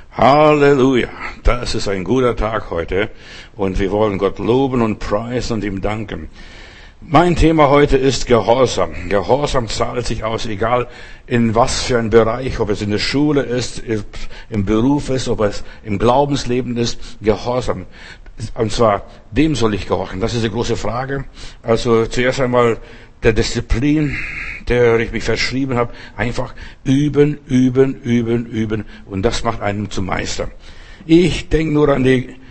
Halleluja, das ist ein guter Tag heute und wir wollen Gott loben und preisen und ihm danken. Mein Thema heute ist Gehorsam. Gehorsam zahlt sich aus, egal in was für ein Bereich, ob es in der Schule ist, im Beruf ist, ob es im Glaubensleben ist, Gehorsam. Und zwar, dem soll ich gehorchen. Das ist die große Frage. Also zuerst einmal der Disziplin, der ich mich verschrieben habe, einfach üben. Und das macht einen zum Meister. Ich denke nur an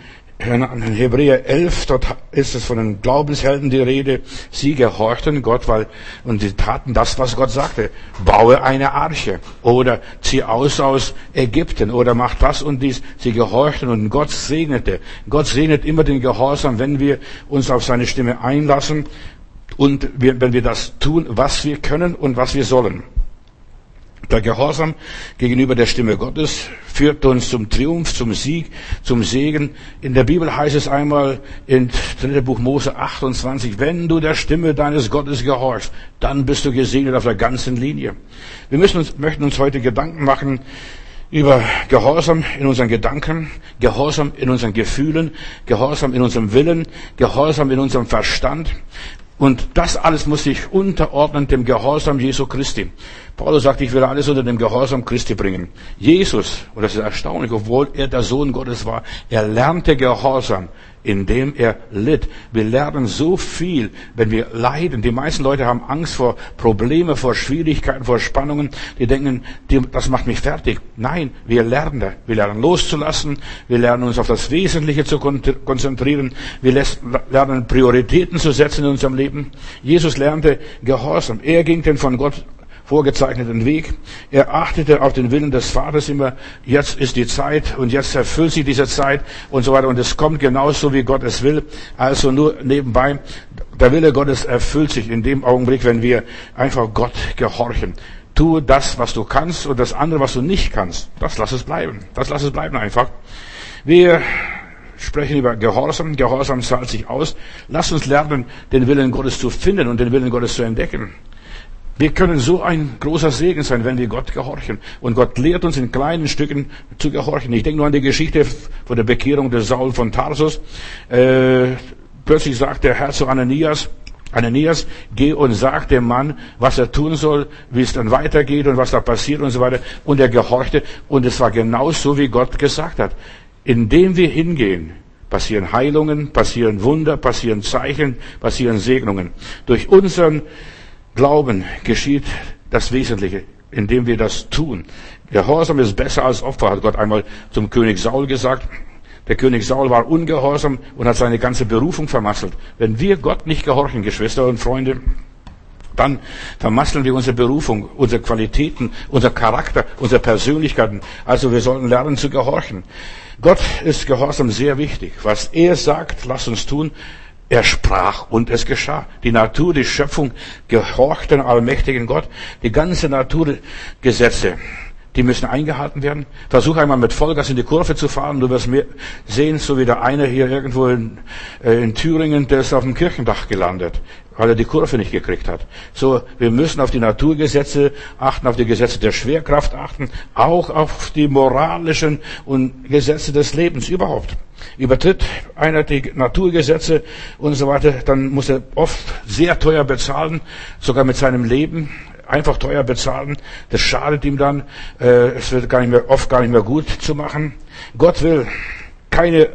Hebräer 11, dort ist es von den Glaubenshelden die Rede. Sie gehorchten Gott, und sie taten das, was Gott sagte. Baue eine Arche oder zieh aus Ägypten oder mach das und dies. Sie gehorchten und Gott segnete. Gott segnet immer den Gehorsam, wenn wir uns auf seine Stimme einlassen und wenn wir das tun, was wir können und was wir sollen. Der Gehorsam gegenüber der Stimme Gottes führt uns zum Triumph, zum Sieg, zum Segen. In der Bibel heißt es einmal in 3. Buch Mose 28, wenn du der Stimme deines Gottes gehorchst, dann bist du gesegnet auf der ganzen Linie. Wir möchten uns heute Gedanken machen über Gehorsam in unseren Gedanken, Gehorsam in unseren Gefühlen, Gehorsam in unserem Willen, Gehorsam in unserem Verstand. Und das alles muss sich unterordnen dem Gehorsam Jesu Christi. Paulus sagt, ich will alles unter dem Gehorsam Christi bringen. Jesus, und das ist erstaunlich, obwohl er der Sohn Gottes war, er lernte Gehorsam, indem er litt. Wir lernen so viel, wenn wir leiden. Die meisten Leute haben Angst vor Problemen, vor Schwierigkeiten, vor Spannungen. Die denken, das macht mich fertig. Nein, wir lernen. Wir lernen loszulassen. Wir lernen uns auf das Wesentliche zu konzentrieren. Wir lernen Prioritäten zu setzen in unserem Leben. Jesus lernte Gehorsam. Er ging den von Gott vorgezeichneten Weg. Er achtete auf den Willen des Vaters immer. Jetzt ist die Zeit und jetzt erfüllt sich diese Zeit und so weiter. Und es kommt genauso, wie Gott es will. Also nur nebenbei, der Wille Gottes erfüllt sich in dem Augenblick, wenn wir einfach Gott gehorchen. Tue das, was du kannst und das andere, was du nicht kannst. Das lass es bleiben. Das lass es bleiben einfach. Wir sprechen über Gehorsam. Gehorsam zahlt sich aus. Lass uns lernen, den Willen Gottes zu finden und den Willen Gottes zu entdecken. Wir können so ein großer Segen sein, wenn wir Gott gehorchen. Und Gott lehrt uns in kleinen Stücken zu gehorchen. Ich denke nur an die Geschichte von der Bekehrung des Saul von Tarsus. Plötzlich sagt der Herr zu Ananias, geh und sag dem Mann, was er tun soll, wie es dann weitergeht und was da passiert und so weiter. Und er gehorchte. Und es war genau so, wie Gott gesagt hat. Indem wir hingehen, passieren Heilungen, passieren Wunder, passieren Zeichen, passieren Segnungen. Durch unseren Glauben geschieht das Wesentliche, indem wir das tun. Gehorsam ist besser als Opfer, hat Gott einmal zum König Saul gesagt. Der König Saul war ungehorsam und hat seine ganze Berufung vermasselt. Wenn wir Gott nicht gehorchen, Geschwister und Freunde, dann vermasseln wir unsere Berufung, unsere Qualitäten, unser Charakter, unsere Persönlichkeiten. Also wir sollten lernen zu gehorchen. Gott ist Gehorsam sehr wichtig. Was er sagt, lasst uns tun. Er sprach und es geschah. Die Natur, die Schöpfung gehorcht dem allmächtigen Gott. Die ganze Naturgesetze, die müssen eingehalten werden. Versuch einmal mit Vollgas in die Kurve zu fahren. Du wirst sehen, so wie der eine hier irgendwo in Thüringen, der ist auf dem Kirchendach gelandet, weil er die Kurve nicht gekriegt hat. So, wir müssen auf die Naturgesetze achten, auf die Gesetze der Schwerkraft achten, auch auf die moralischen und Gesetze des Lebens überhaupt. Übertritt einer die Naturgesetze und so weiter, dann muss er oft sehr teuer bezahlen, sogar mit seinem Leben einfach teuer bezahlen. Das schadet ihm dann. Es wird oft gar nicht mehr gut zu machen. Gott will keine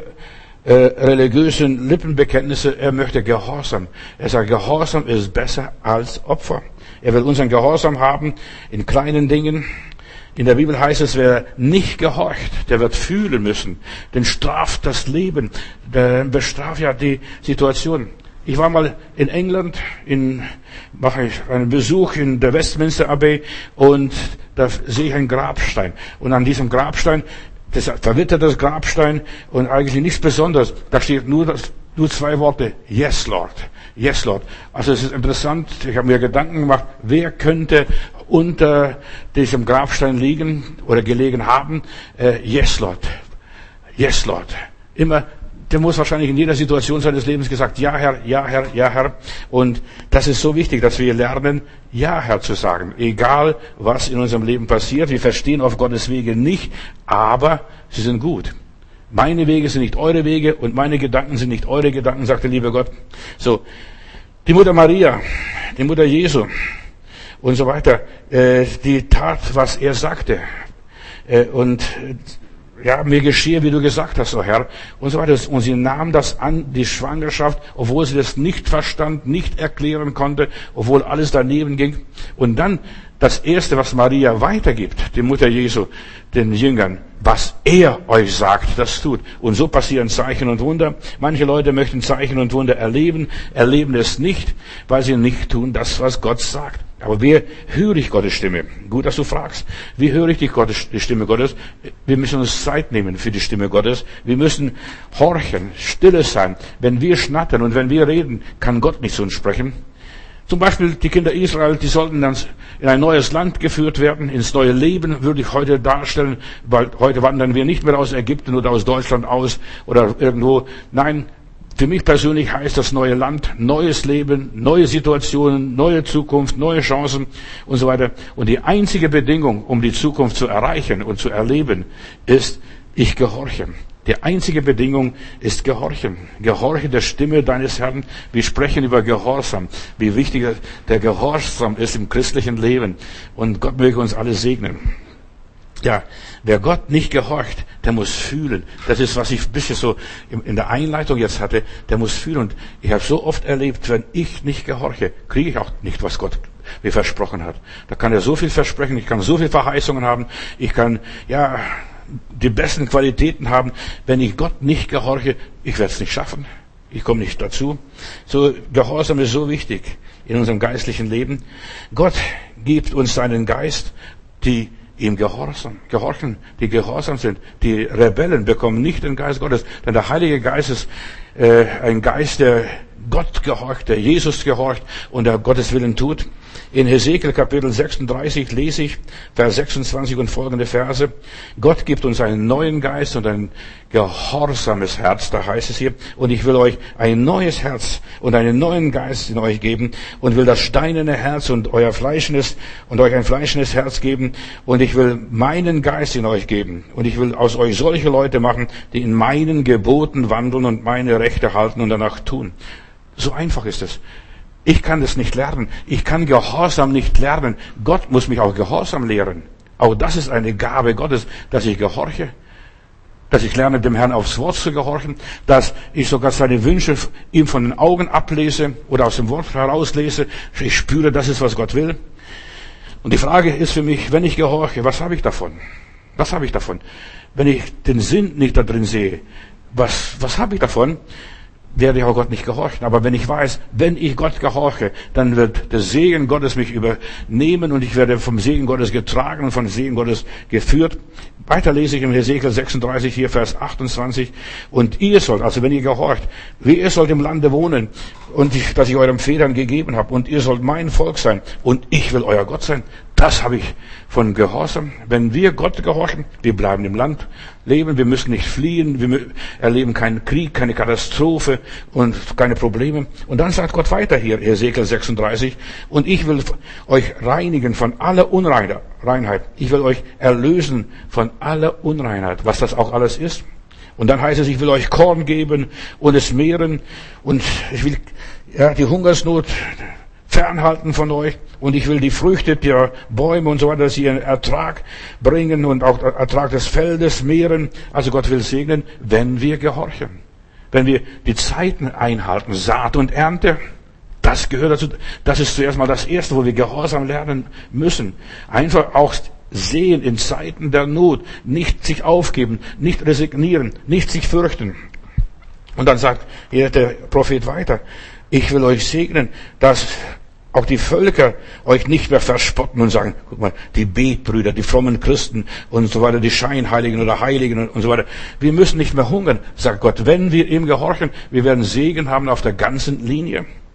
religiösen Lippenbekenntnisse. Er möchte Gehorsam. Er sagt, Gehorsam ist besser als Opfer. Er will unseren Gehorsam haben in kleinen Dingen. In der Bibel heißt es, wer nicht gehorcht, der wird fühlen müssen. Den straft das Leben, der bestraft ja die Situation. Ich war mal in England, mache ich einen Besuch in der Westminster Abbey und da sehe ich einen Grabstein. Und an diesem Grabstein, das ist ein verwittertes Grabstein und eigentlich nichts Besonderes. Da steht nur zwei Worte, Yes Lord. Yes Lord. Also es ist interessant, ich habe mir Gedanken gemacht, wer könnte unter diesem Grabstein liegen oder gelegen haben? Yes Lord. Yes Lord. Immer der muss wahrscheinlich in jeder Situation seines Lebens gesagt, ja Herr, ja Herr, ja Herr. Und das ist so wichtig, dass wir lernen, ja Herr zu sagen. Egal, was in unserem Leben passiert. Wir verstehen auf Gottes Wege nicht, aber sie sind gut. Meine Wege sind nicht eure Wege und meine Gedanken sind nicht eure Gedanken, sagt der liebe Gott. So, die Mutter Maria, die Mutter Jesu und so weiter, die tat, was er sagte. Und ja, mir geschehe, wie du gesagt hast, oh Herr, und so weiter. Und sie nahm das an, die Schwangerschaft, obwohl sie das nicht verstand, nicht erklären konnte, obwohl alles daneben ging. Und dann das Erste, was Maria weitergibt, die Mutter Jesu, den Jüngern, was er euch sagt, das tut. Und so passieren Zeichen und Wunder. Manche Leute möchten Zeichen und Wunder erleben, erleben es nicht, weil sie nicht tun das, was Gott sagt. Aber wie höre ich Gottes Stimme? Gut, dass du fragst. Wie höre ich die Stimme Gottes? Wir müssen uns Zeit nehmen für die Stimme Gottes. Wir müssen horchen, stille sein. Wenn wir schnattern und wenn wir reden, kann Gott nicht zu uns sprechen. Zum Beispiel die Kinder Israel, die sollten dann in ein neues Land geführt werden, ins neue Leben, würde ich heute darstellen, weil heute wandern wir nicht mehr aus Ägypten oder aus Deutschland aus oder irgendwo. Nein, für mich persönlich heißt das neue Land, neues Leben, neue Situationen, neue Zukunft, neue Chancen und so weiter. Und die einzige Bedingung, um die Zukunft zu erreichen und zu erleben, ist, ich gehorche. Die einzige Bedingung ist Gehorchen. Gehorche der Stimme deines Herrn. Wir sprechen über Gehorsam, wie wichtig der Gehorsam ist im christlichen Leben. Und Gott möge uns alle segnen. Ja, wer Gott nicht gehorcht, der muss fühlen. Das ist, was ich ein bisschen so in der Einleitung jetzt hatte. Der muss fühlen. Und ich habe so oft erlebt, wenn ich nicht gehorche, kriege ich auch nicht, was Gott mir versprochen hat. Da kann er so viel versprechen, ich kann so viel Verheißungen haben, ich kann, ja, die besten Qualitäten haben. Wenn ich Gott nicht gehorche, ich werde es nicht schaffen. Ich komme nicht dazu. So, Gehorsam ist so wichtig in unserem geistlichen Leben. Gott gibt uns seinen Geist, die ihm gehorchen, die gehorsam sind. Die Rebellen bekommen nicht den Geist Gottes, denn der Heilige Geist ist ein Geist, der Gott gehorcht, der Jesus gehorcht und der Gottes Willen tut. In Hesekiel Kapitel 36 lese ich Vers 26 und folgende Verse. Gott gibt uns einen neuen Geist und ein gehorsames Herz, da heißt es hier. Und ich will euch ein neues Herz und einen neuen Geist in euch geben und will das steinerne Herz und euch ein fleischendes Herz geben. Und ich will meinen Geist in euch geben. Und ich will aus euch solche Leute machen, die in meinen Geboten wandeln und meine Rechte halten und danach tun. So einfach ist es. Ich kann das nicht lernen. Ich kann Gehorsam nicht lernen. Gott muss mich auch Gehorsam lehren. Auch das ist eine Gabe Gottes, dass ich gehorche. Dass ich lerne, dem Herrn aufs Wort zu gehorchen. Dass ich sogar seine Wünsche ihm von den Augen ablese oder aus dem Wort herauslese. Ich spüre, das ist, was Gott will. Und die Frage ist für mich, wenn ich gehorche, was habe ich davon? Was habe ich davon? Wenn ich den Sinn nicht da drin sehe, was habe ich davon? Werde ich auch Gott nicht gehorchen. Aber wenn ich weiß, wenn ich Gott gehorche, dann wird der Segen Gottes mich übernehmen und ich werde vom Segen Gottes getragen und vom Segen Gottes geführt. Weiter lese ich im Hesekiel 36, hier Vers 28. Und ihr sollt, also wenn ihr gehorcht, ihr sollt im Lande wohnen und dass ich eurem Vätern gegeben habe und ihr sollt mein Volk sein und ich will euer Gott sein. Das habe ich von Gehorsam. Wenn wir Gott gehorchen, wir bleiben im Land leben, wir müssen nicht fliehen, wir erleben keinen Krieg, keine Katastrophe und keine Probleme. Und dann sagt Gott weiter hier, Hesekiel 36, und ich will euch reinigen von aller Unreinheit. Ich will euch erlösen von aller Unreinheit, was das auch alles ist. Und dann heißt es, ich will euch Korn geben und es mehren und ich will die Hungersnot fernhalten von euch und ich will die Früchte der Bäume und so weiter, dass sie ihren Ertrag bringen und auch Ertrag des Feldes mehren. Also Gott will segnen, wenn wir gehorchen. Wenn wir die Zeiten einhalten, Saat und Ernte, das gehört dazu. Das ist zuerst mal das Erste, wo wir Gehorsam lernen müssen. Einfach auch sehen in Zeiten der Not, nicht sich aufgeben, nicht resignieren, nicht sich fürchten. Und dann sagt hier der Prophet weiter, ich will euch segnen, dass auch die Völker euch nicht mehr verspotten und sagen, guck mal, die Betbrüder, die frommen Christen und so weiter, die Scheinheiligen oder Heiligen und so weiter. Wir müssen nicht mehr hungern, sagt Gott. Wenn wir ihm gehorchen, wir werden Segen haben auf der ganzen Linie.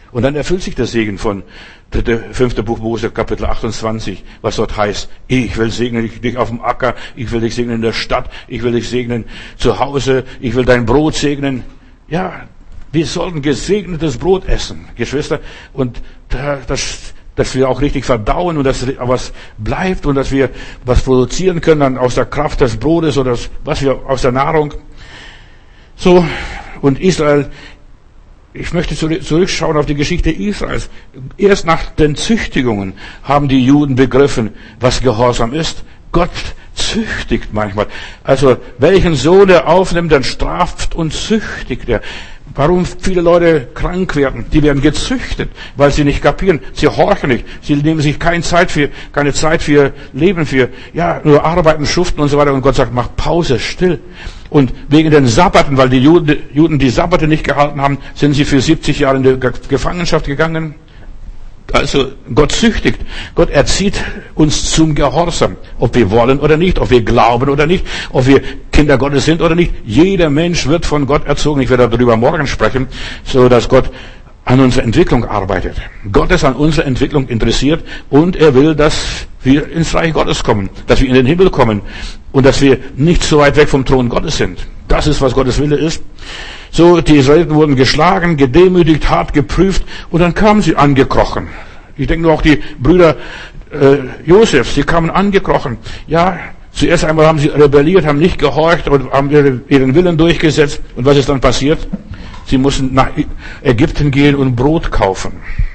Und dann erfüllt sich der Segen von 5. Buch Mose, Kapitel 28, was dort heißt: Ich will segnen dich auf dem Acker, ich will dich segnen in der Stadt, ich will dich segnen zu Hause, ich will dein Brot segnen. Ja, wir sollten gesegnetes Brot essen, Geschwister, und dass wir auch richtig verdauen und dass was bleibt und dass wir was produzieren können dann aus der Kraft des Brotes oder was wir aus der Nahrung. So, und Israel, ich möchte zurückschauen auf die Geschichte Israels. Erst nach den Züchtigungen haben die Juden begriffen, was Gehorsam ist. Gott züchtigt manchmal. Also, welchen Sohn er aufnimmt, dann straft und züchtigt er. Warum viele Leute krank werden? Die werden gezüchtet, weil sie nicht kapieren. Sie horchen nicht. Sie nehmen sich keine Zeit für Leben, nur arbeiten, schuften und so weiter. Und Gott sagt, mach Pause, still. Und wegen den Sabbaten, weil die Juden die Sabbate nicht gehalten haben, sind sie für 70 Jahre in die Gefangenschaft gegangen. Also Gott züchtigt. Gott erzieht uns zum Gehorsam. Ob wir wollen oder nicht, ob wir glauben oder nicht, ob wir Kinder Gottes sind oder nicht. Jeder Mensch wird von Gott erzogen. Ich werde darüber morgen sprechen, so dass Gott an unserer Entwicklung arbeitet. Gott ist an unserer Entwicklung interessiert und er will, dass wir ins Reich Gottes kommen, dass wir in den Himmel kommen und dass wir nicht so weit weg vom Thron Gottes sind. Das ist, was Gottes Wille ist. So, die Israeliten wurden geschlagen, gedemütigt, hart geprüft und dann kamen sie angekrochen. Ich denke nur auch die Brüder Josefs, die kamen angekrochen. Ja, zuerst einmal haben sie rebelliert, haben nicht gehorcht und haben ihren Willen durchgesetzt. Und was ist dann passiert? Sie mussten nach Ägypten gehen und Brot kaufen.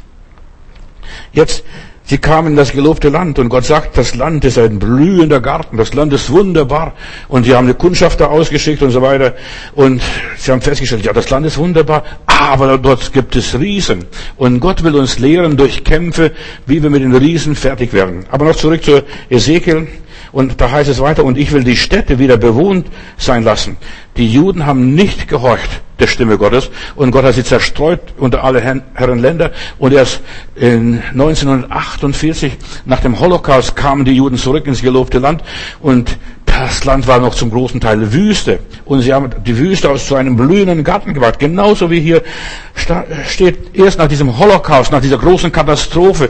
Jetzt, sie kamen in das gelobte Land und Gott sagt, das Land ist ein blühender Garten, das Land ist wunderbar. Und sie haben eine Kundschafter ausgeschickt und so weiter. Und sie haben festgestellt, ja, das Land ist wunderbar, aber dort gibt es Riesen. Und Gott will uns lehren durch Kämpfe, wie wir mit den Riesen fertig werden. Aber noch zurück zu Ezekiel. Und da heißt es weiter, und ich will die Städte wieder bewohnt sein lassen. Die Juden haben nicht gehorcht der Stimme Gottes und Gott hat sie zerstreut unter alle Herren Länder. Und erst in 1948, nach dem Holocaust, kamen die Juden zurück ins gelobte Land und das Land war noch zum großen Teil Wüste. Und sie haben die Wüste zu einem blühenden Garten gemacht. Genauso wie hier steht, erst nach diesem Holocaust, nach dieser großen Katastrophe,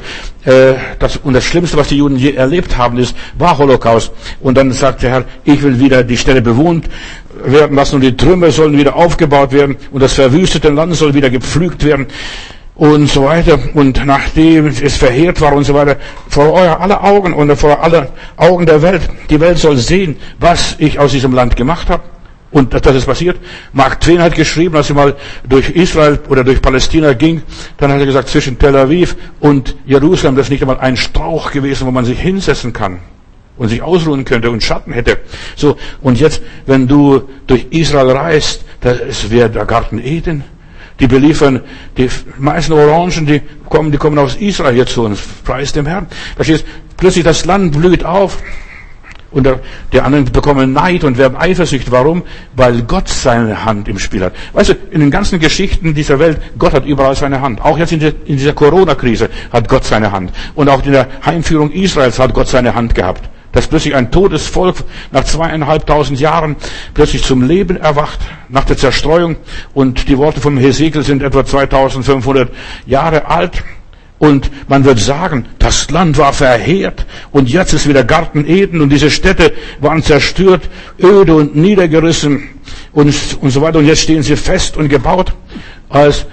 und das Schlimmste, was die Juden je erlebt haben, war Holocaust. Und dann sagt der Herr, ich will wieder die Städte bewohnt werden lassen und die Trümmer sollen wieder aufgebaut werden und das verwüstete Land soll wieder gepflügt werden. Und so weiter. Und nachdem es verheert war und so weiter, vor euer aller Augen und vor aller Augen der Welt, die Welt soll sehen, was ich aus diesem Land gemacht habe. Und das ist passiert. Mark Twain hat geschrieben, als er mal durch Israel oder durch Palästina ging, dann hat er gesagt, zwischen Tel Aviv und Jerusalem, das ist nicht einmal ein Strauch gewesen, wo man sich hinsetzen kann und sich ausruhen könnte und Schatten hätte. So, und jetzt, wenn du durch Israel reist, das wäre der Garten Eden. Die beliefern die meisten Orangen, die kommen aus Israel hier zu uns. Preis dem Herrn. Verstehst? Plötzlich das Land blüht auf. Und die anderen bekommen Neid und werden eifersüchtig. Warum? Weil Gott seine Hand im Spiel hat. Weißt du, in den ganzen Geschichten dieser Welt, Gott hat überall seine Hand. Auch jetzt in dieser Corona-Krise hat Gott seine Hand. Und auch in der Heimführung Israels hat Gott seine Hand gehabt. Dass plötzlich ein totes Volk nach 2.500 Jahren plötzlich zum Leben erwacht, nach der Zerstreuung. Und die Worte von Hesekiel sind etwa 2.500 Jahre alt. Und man wird sagen, das Land war verheert und jetzt ist wieder Garten Eden und diese Städte waren zerstört, öde und niedergerissen und so weiter. Und jetzt stehen sie fest und gebaut. Als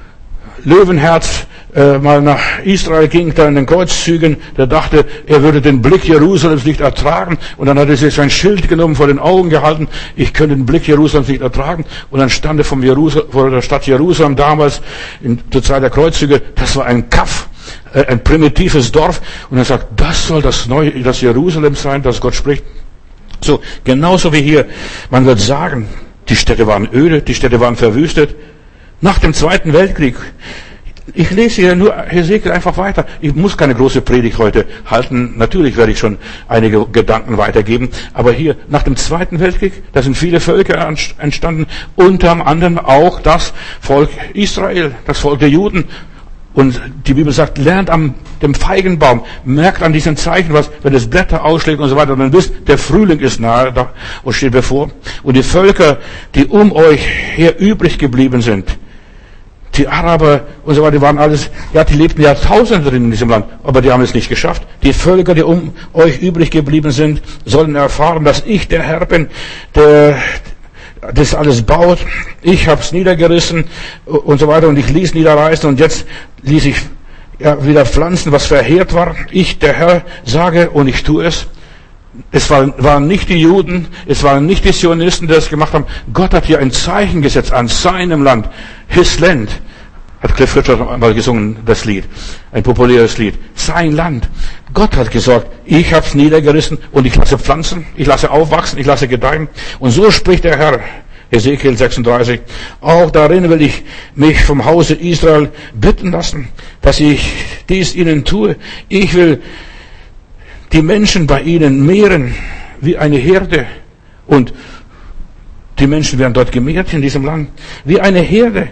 Löwenherz mal nach Israel ging, da in den Kreuzzügen, der dachte, er würde den Blick Jerusalems nicht ertragen. Und dann hat er sich sein Schild genommen, vor den Augen gehalten, ich könnte den Blick Jerusalems nicht ertragen. Und dann stand er vor der Stadt Jerusalem damals, zur Zeit der Kreuzzüge, das war ein Kaff, ein primitives Dorf. Und er sagt, das soll das Jerusalem sein, das Gott spricht. So, genauso wie hier. Man wird sagen, die Städte waren öde, die Städte waren verwüstet. Nach dem Zweiten Weltkrieg, ich lese hier nur Hesekiel einfach weiter. Ich muss keine große Predigt heute halten. Natürlich werde ich schon einige Gedanken weitergeben. Aber hier, nach dem Zweiten Weltkrieg, da sind viele Völker entstanden. Unter anderem auch das Volk Israel, das Volk der Juden. Und die Bibel sagt, lernt an dem Feigenbaum, merkt an diesen Zeichen, wenn es Blätter ausschlägt und so weiter. Und dann wisst, der Frühling ist nahe und steht bevor. Und die Völker, die um euch her übrig geblieben sind, die Araber und so weiter, die waren alles, ja, die lebten Jahrtausende drin in diesem Land, aber die haben es nicht geschafft. Die Völker, die um euch übrig geblieben sind, sollen erfahren, dass ich der Herr bin, der das alles baut. Ich habe es niedergerissen und so weiter und ich ließ niederreißen und jetzt ließ ich wieder pflanzen, was verheert war. Ich, der Herr, sage und ich tue es. Es waren nicht die Juden, es waren nicht die Zionisten, die das gemacht haben. Gott hat hier ein Zeichen gesetzt an seinem Land. His Land, hat Cliff Richard einmal gesungen, das Lied. Ein populäres Lied. Sein Land. Gott hat gesagt, ich habe es niedergerissen und ich lasse pflanzen, ich lasse aufwachsen, ich lasse gedeihen. Und so spricht der Herr, Hesekiel 36, auch darin will ich mich vom Hause Israel bitten lassen, dass ich dies ihnen tue. Ich will die Menschen bei ihnen mehren wie eine Herde. Und die Menschen werden dort gemehrt in diesem Land. Wie eine Herde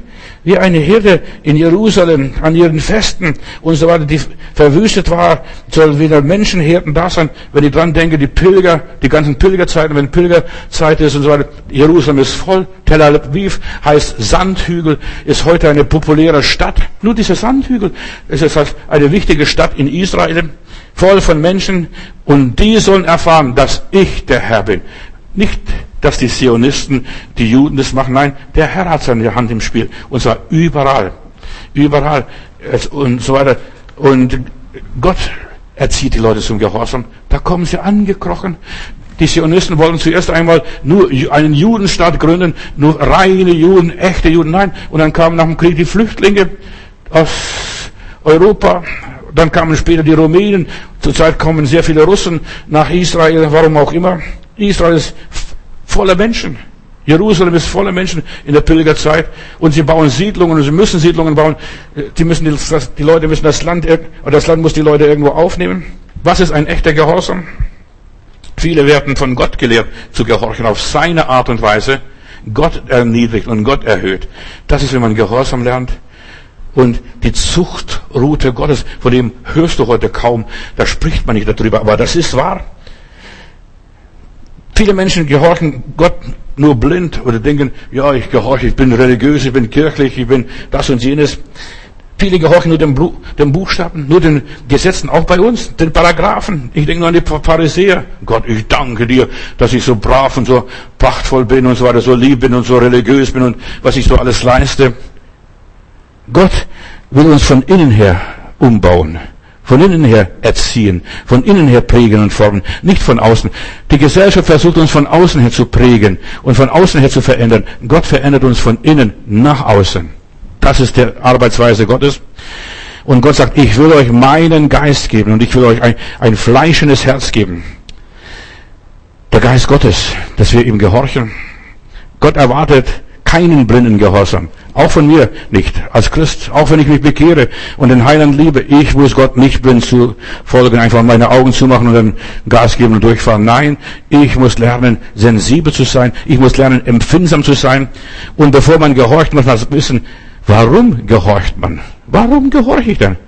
in Jerusalem, an ihren Festen und so weiter, die verwüstet war, soll wieder Menschenherden da sein. Wenn ich dran denke, die ganzen Pilgerzeiten, wenn Pilgerzeit ist und so weiter, Jerusalem ist voll. Tel Aviv heißt Sandhügel, ist heute eine populäre Stadt. Nur diese Sandhügel, es ist halt eine wichtige Stadt in Israel, voll von Menschen, und die sollen erfahren, dass ich der Herr bin. Nicht, dass die Zionisten, die Juden das machen. Nein, der Herr hat seine Hand im Spiel. Und zwar überall. Überall. Und so weiter. Und Gott erzieht die Leute zum Gehorsam. Da kommen sie angekrochen. Die Zionisten wollten zuerst einmal nur einen Judenstaat gründen. Nur reine Juden, echte Juden. Nein. Und dann kamen nach dem Krieg die Flüchtlinge aus Europa. Dann kamen später die Rumänen. Zurzeit kommen sehr viele Russen nach Israel. Warum auch immer. Israel ist voller Menschen. Jerusalem ist voller Menschen in der Pilgerzeit. Und sie bauen Siedlungen, und sie müssen Siedlungen bauen. Die Leute müssen das Land muss die Leute irgendwo aufnehmen. Was ist ein echter Gehorsam? Viele werden von Gott gelehrt, zu gehorchen, auf seine Art und Weise. Gott erniedrigt und Gott erhöht. Das ist, wenn man Gehorsam lernt. Und die Zuchtroute Gottes, von dem hörst du heute kaum. Da spricht man nicht darüber, aber das ist wahr. Viele Menschen gehorchen Gott nur blind oder denken, ja, ich gehorche, ich bin religiös, ich bin kirchlich, ich bin das und jenes. Viele gehorchen nur den Buchstaben, nur den Gesetzen, auch bei uns, den Paragraphen. Ich denke nur an die Pharisäer. Gott, ich danke dir, dass ich so brav und so prachtvoll bin und so weiter, so lieb bin und so religiös bin und was ich so alles leiste. Gott will uns von innen her umbauen. Von innen her erziehen, von innen her prägen und formen, nicht von außen. Die Gesellschaft versucht uns von außen her zu prägen und von außen her zu verändern. Gott verändert uns von innen nach außen. Das ist die Arbeitsweise Gottes. Und Gott sagt, ich will euch meinen Geist geben und ich will euch ein fleischendes Herz geben. Der Geist Gottes, dass wir ihm gehorchen. Gott erwartet keinen blinden Gehorsam. Auch von mir nicht, als Christ, auch wenn ich mich bekehre und den Heiland liebe. Ich muss Gott nicht blind zu folgen, einfach meine Augen zumachen und dann Gas geben und durchfahren. Nein, ich muss lernen, sensibel zu sein. Ich muss lernen, empfindsam zu sein. Und bevor man gehorcht, muss man wissen, warum gehorcht man? Warum gehorche ich denn?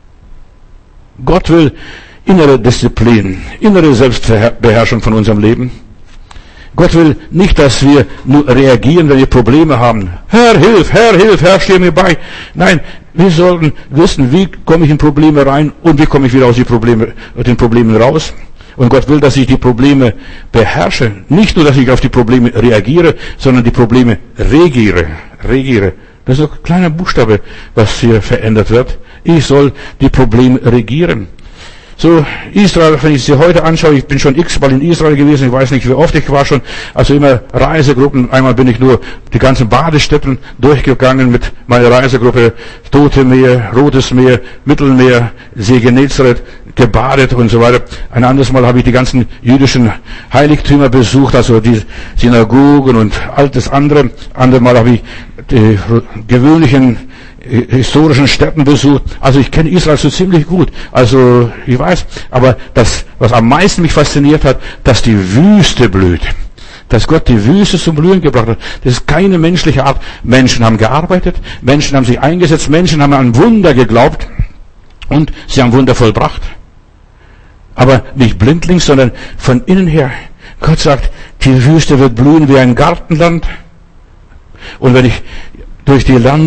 Gott will innere Disziplin, innere Selbstbeherrschung von unserem Leben. Gott will nicht, dass wir nur reagieren, wenn wir Probleme haben. Herr, hilf, Herr, steh mir bei. Nein, wir sollten wissen, wie komme ich in Probleme rein und wie komme ich wieder aus den Problemen raus. Und Gott will, dass ich die Probleme beherrsche. Nicht nur, dass ich auf die Probleme reagiere, sondern die Probleme regiere. Das ist ein kleiner Buchstabe, was hier verändert wird. Ich soll die Probleme regieren. So, Israel, wenn ich sie heute anschaue, ich bin schon x-mal in Israel gewesen, ich weiß nicht, wie oft ich war schon, also immer Reisegruppen, einmal bin ich nur die ganzen Badestätten durchgegangen mit meiner Reisegruppe, Tote Meer, Rotes Meer, Mittelmeer, See Genezareth, gebadet und so weiter. Ein anderes Mal habe ich die ganzen jüdischen Heiligtümer besucht, also die Synagogen und all das andere. Andere Mal habe ich die gewöhnlichen historischen Städten besucht. Also ich kenne Israel so ziemlich gut. Also ich weiß, aber das, was am meisten mich fasziniert hat, dass die Wüste blüht. Dass Gott die Wüste zum Blühen gebracht hat. Das ist keine menschliche Art. Menschen haben gearbeitet, Menschen haben sich eingesetzt, Menschen haben an Wunder geglaubt und sie haben Wunder vollbracht. Aber nicht blindlings, sondern von innen her. Gott sagt, die Wüste wird blühen wie ein Gartenland. Und wenn ich durch die Land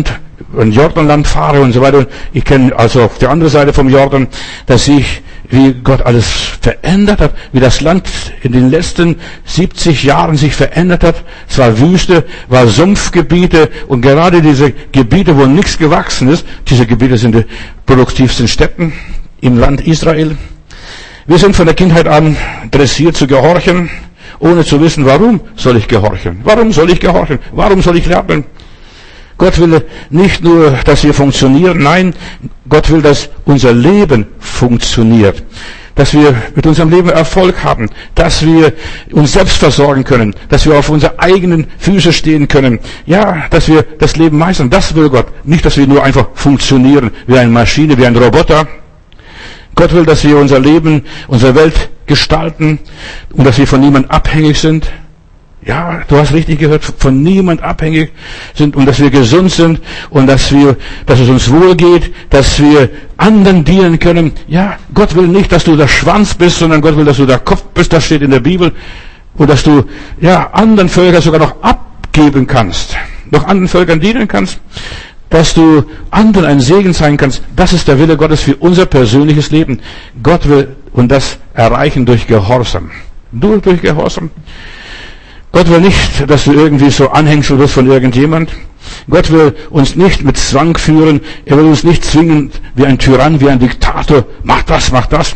in Jordanland fahre und so weiter, und ich kenne also auf der anderen Seite vom Jordan, dass ich, wie Gott alles verändert hat, wie das Land in den letzten 70 Jahren sich verändert hat. Es war Wüste, war Sumpfgebiete, und gerade diese Gebiete, wo nichts gewachsen ist, diese Gebiete sind die produktivsten Städten im Land Israel. Wir sind von der Kindheit an dressiert zu gehorchen, ohne zu wissen, warum soll ich gehorchen? Warum soll ich gehorchen? Warum soll ich lernen? Gott will nicht nur, dass wir funktionieren, nein, Gott will, dass unser Leben funktioniert. Dass wir mit unserem Leben Erfolg haben, dass wir uns selbst versorgen können, dass wir auf unsere eigenen Füße stehen können. Ja, dass wir das Leben meistern, das will Gott. Nicht, dass wir nur einfach funktionieren, wie eine Maschine, wie ein Roboter. Gott will, dass wir unser Leben, unsere Welt gestalten und dass wir von niemandem abhängig sind. Ja, du hast richtig gehört, von niemand abhängig sind, und dass wir gesund sind und dass es uns wohl geht, dass wir anderen dienen können. Ja, Gott will nicht, dass du der Schwanz bist, sondern Gott will, dass du der Kopf bist, das steht in der Bibel, und dass du, ja, anderen Völkern sogar noch abgeben kannst, noch anderen Völkern dienen kannst, dass du anderen ein Segen sein kannst. Das ist der Wille Gottes für unser persönliches Leben. Gott will und das erreichen durch Gehorsam. Nur durch Gehorsam. Gott will nicht, dass du irgendwie so Anhängsel wirst von irgendjemand. Gott will uns nicht mit Zwang führen. Er will uns nicht zwingen wie ein Tyrann, wie ein Diktator. Mach das, mach das.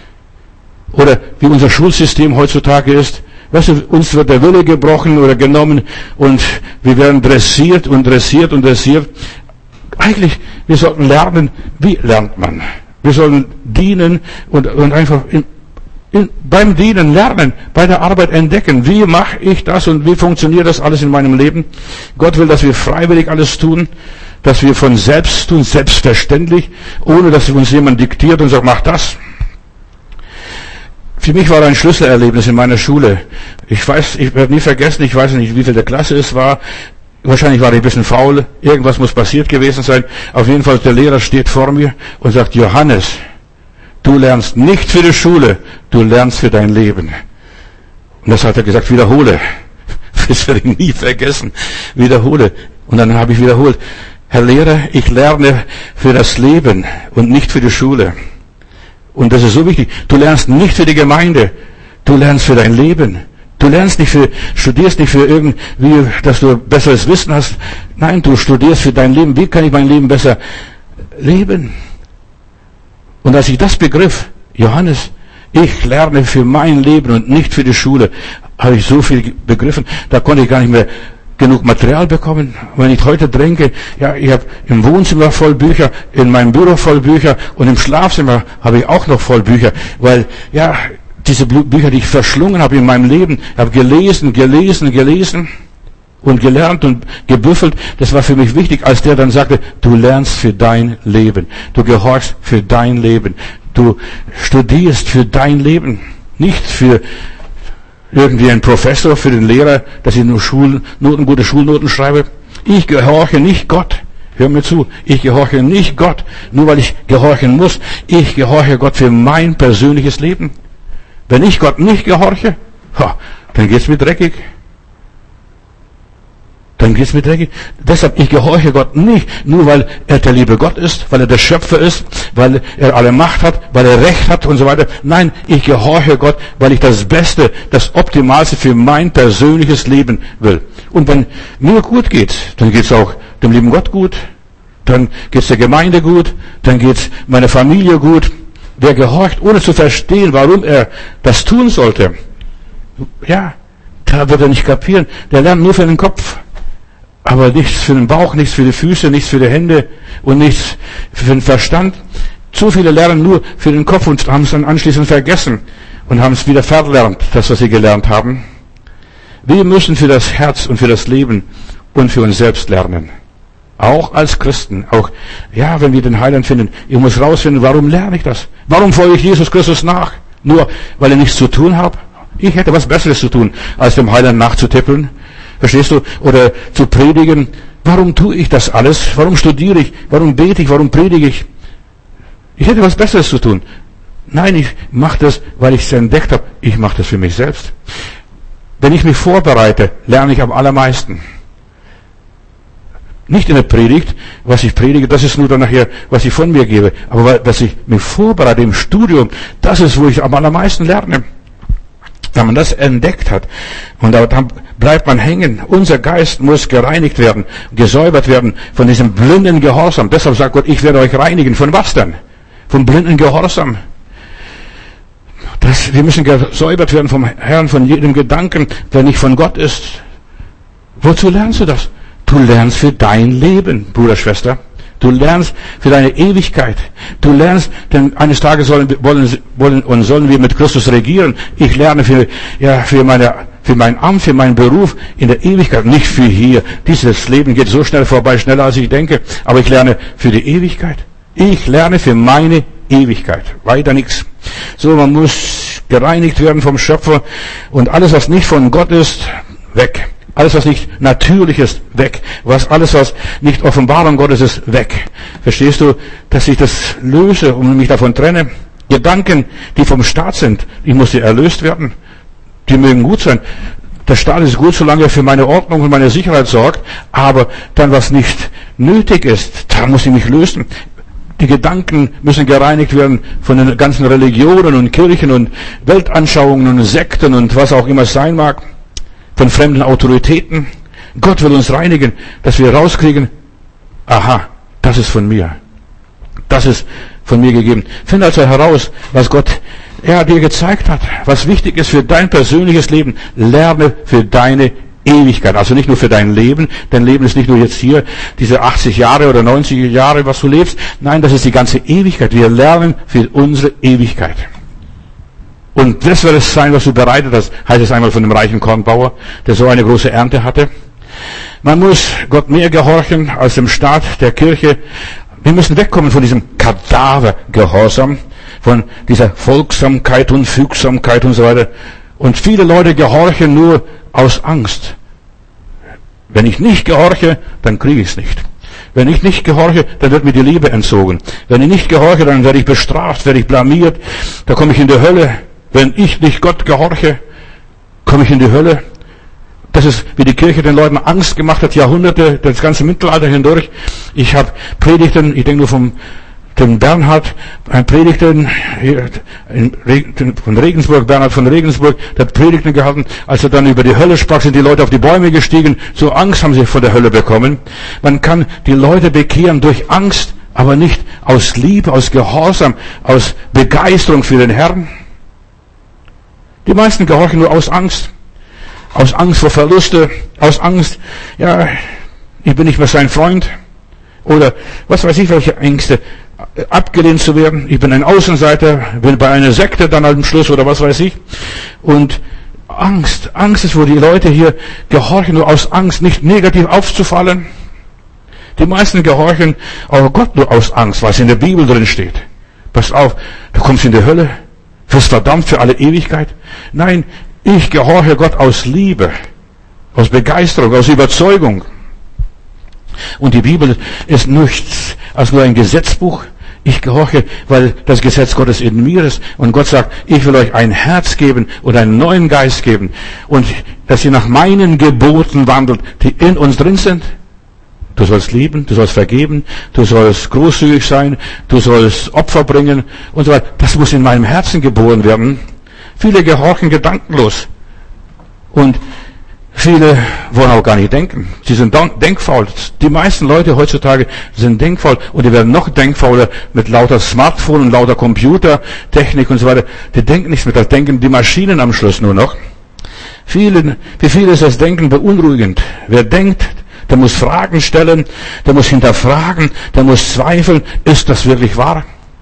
Oder wie unser Schulsystem heutzutage ist. Weißt du, uns wird der Wille gebrochen oder genommen und wir werden dressiert und dressiert und dressiert. Eigentlich, wir sollten lernen, wie lernt man? Wir sollen dienen und einfach beim Dienen lernen, bei der Arbeit entdecken, wie mache ich das und wie funktioniert das alles in meinem Leben. Gott will, dass wir freiwillig alles tun, dass wir von selbst tun, selbstverständlich, ohne dass uns jemand diktiert und sagt, mach das. Für mich war ein Schlüsselerlebnis in meiner Schule. Ich werde nie vergessen, ich weiß nicht, wie viel der Klasse es war. Wahrscheinlich war ich ein bisschen faul, irgendwas muss passiert gewesen sein. Auf jeden Fall, der Lehrer steht vor mir und sagt, Johannes, du lernst nicht für die Schule, du lernst für dein Leben. Und das hat er gesagt, wiederhole. Das werde ich nie vergessen. Wiederhole. Und dann habe ich wiederholt, Herr Lehrer, ich lerne für das Leben und nicht für die Schule. Und das ist so wichtig. Du lernst nicht für die Gemeinde, du lernst für dein Leben. Du studierst nicht für irgendwie, dass du besseres Wissen hast. Nein, du studierst für dein Leben. Wie kann ich mein Leben besser leben? Und als ich das begriff, Johannes, ich lerne für mein Leben und nicht für die Schule, habe ich so viel begriffen, da konnte ich gar nicht mehr genug Material bekommen. Wenn ich heute denke, ja, ich habe im Wohnzimmer voll Bücher, in meinem Büro voll Bücher und im Schlafzimmer habe ich auch noch voll Bücher, weil, ja, diese Bücher, die ich verschlungen habe in meinem Leben, habe gelesen und gelernt und gebüffelt. Das war für mich wichtig, als der dann sagte, du lernst für dein Leben. Du gehorchst für dein Leben. Du studierst für dein Leben. Nicht für irgendwie einen Professor, für den Lehrer, dass ich nur gute Schulnoten schreibe. Ich gehorche nicht Gott. Hör mir zu. Ich gehorche nicht Gott, nur weil ich gehorchen muss. Ich gehorche Gott für mein persönliches Leben. Wenn ich Gott nicht gehorche, dann geht's mir dreckig. Deshalb, ich gehorche Gott nicht, nur weil er der liebe Gott ist, weil er der Schöpfer ist, weil er alle Macht hat, weil er Recht hat und so weiter. Nein, ich gehorche Gott, weil ich das Beste, das Optimalste für mein persönliches Leben will. Und wenn mir gut geht, dann geht's auch dem lieben Gott gut, dann geht's der Gemeinde gut, dann geht's meiner Familie gut. Wer gehorcht, ohne zu verstehen, warum er das tun sollte, ja, da wird er nicht kapieren. Der lernt nur für den Kopf. Aber nichts für den Bauch, nichts für die Füße, nichts für die Hände und nichts für den Verstand. Zu viele lernen nur für den Kopf und haben es dann anschließend vergessen und haben es wieder verlernt, das, was sie gelernt haben. Wir müssen für das Herz und für das Leben und für uns selbst lernen. Auch als Christen, auch, ja, wenn wir den Heiland finden. Ich muss rausfinden, warum lerne ich das? Warum folge ich Jesus Christus nach? Nur, weil ich nichts zu tun habe? Ich hätte was Besseres zu tun, als dem Heiland nachzutippeln. Verstehst du? Oder zu predigen. Warum tue ich das alles? Warum studiere ich? Warum bete ich? Warum predige ich? Ich hätte was Besseres zu tun. Nein, ich mache das, weil ich es entdeckt habe. Ich mache das für mich selbst. Wenn ich mich vorbereite, lerne ich am allermeisten. Nicht in der Predigt, was ich predige, das ist nur dann nachher, was ich von mir gebe. Aber was ich mich vorbereite im Studium, das ist, wo ich am allermeisten lerne. Wenn man das entdeckt hat, und dann bleibt man hängen. Unser Geist muss gereinigt werden, gesäubert werden von diesem blinden Gehorsam. Deshalb sagt Gott, ich werde euch reinigen. Von was denn? Vom blinden Gehorsam. Wir müssen gesäubert werden vom Herrn, von jedem Gedanken, der nicht von Gott ist. Wozu lernst du das? Du lernst für dein Leben, Bruder, Schwester. Du lernst für deine Ewigkeit. Du lernst, denn eines Tages sollen wir mit Christus regieren. Ich lerne für mein Amt, für meinen Beruf in der Ewigkeit, nicht für hier. Dieses Leben geht so schnell vorbei, schneller als ich denke. Aber ich lerne für die Ewigkeit. Ich lerne für meine Ewigkeit. Weiter nichts. So, man muss gereinigt werden vom Schöpfer und alles, was nicht von Gott ist, weg. Alles, was nicht natürlich ist, weg. Alles, was nicht Offenbarung Gottes ist, weg. Verstehst du, dass ich das löse und mich davon trenne? Gedanken, die vom Staat sind, ich muss erlöst werden. Die mögen gut sein. Der Staat ist gut, solange er für meine Ordnung und meine Sicherheit sorgt. Aber dann, was nicht nötig ist, da muss ich mich lösen. Die Gedanken müssen gereinigt werden von den ganzen Religionen und Kirchen und Weltanschauungen und Sekten und was auch immer es sein mag. Von fremden Autoritäten. Gott will uns reinigen, dass wir rauskriegen, aha, das ist von mir. Das ist von mir gegeben. Finde also heraus, was Gott dir gezeigt hat, was wichtig ist für dein persönliches Leben. Lerne für deine Ewigkeit. Also nicht nur für dein Leben. Dein Leben ist nicht nur jetzt hier, diese 80 Jahre oder 90 Jahre, was du lebst. Nein, das ist die ganze Ewigkeit. Wir lernen für unsere Ewigkeit. Und das wird es sein, was du bereitet hast, heißt es einmal von dem reichen Kornbauer, der so eine große Ernte hatte. Man muss Gott mehr gehorchen als dem Staat, der Kirche. Wir müssen wegkommen von diesem Kadavergehorsam, von dieser Folgsamkeit und Fügsamkeit und so weiter. Und viele Leute gehorchen nur aus Angst. Wenn ich nicht gehorche, dann kriege ich es nicht. Wenn ich nicht gehorche, dann wird mir die Liebe entzogen. Wenn ich nicht gehorche, dann werde ich bestraft, werde ich blamiert, da komme ich in die Hölle. Wenn ich nicht Gott gehorche, komme ich in die Hölle. Das ist, wie die Kirche den Leuten Angst gemacht hat, Jahrhunderte, das ganze Mittelalter hindurch. Ich habe Predigten, ich denke nur vom Bernhard, ein Predigten von Regensburg, Bernhard von Regensburg, der hat Predigten gehalten. Als er dann über die Hölle sprach, sind die Leute auf die Bäume gestiegen. So Angst haben sie vor der Hölle bekommen. Man kann die Leute bekehren durch Angst, aber nicht aus Liebe, aus Gehorsam, aus Begeisterung für den Herrn. Die meisten gehorchen nur aus Angst. Aus Angst vor Verluste, aus Angst, ich bin nicht mehr sein Freund. Oder was weiß ich, welche Ängste, abgelehnt zu werden. Ich bin ein Außenseiter, bin bei einer Sekte dann am Schluss oder was weiß ich. Und Angst ist, wo die Leute hier gehorchen, nur aus Angst, nicht negativ aufzufallen. Die meisten gehorchen aber Gott nur aus Angst, was in der Bibel drin steht. Pass auf, du kommst in die Hölle, wirst verdammt für alle Ewigkeit. Nein, ich gehorche Gott aus Liebe, aus Begeisterung, aus Überzeugung. Und die Bibel ist nichts als nur ein Gesetzbuch. Ich gehorche, weil das Gesetz Gottes in mir ist. Und Gott sagt, ich will euch ein Herz geben und einen neuen Geist geben. Und dass ihr nach meinen Geboten wandelt, die in uns drin sind. Du sollst lieben, du sollst vergeben, du sollst großzügig sein, du sollst Opfer bringen und so weiter. Das muss in meinem Herzen geboren werden. Viele gehorchen gedankenlos. Und viele wollen auch gar nicht denken. Sie sind denkfaul. Die meisten Leute heutzutage sind denkfaul und die werden noch denkfauler mit lauter Smartphone und lauter Computertechnik und so weiter. Die denken nichts mehr, das denken die Maschinen am Schluss nur noch. Für viele ist das Denken beunruhigend. Wer denkt, der muss Fragen stellen, der muss hinterfragen, der muss zweifeln. Ist das wirklich wahr?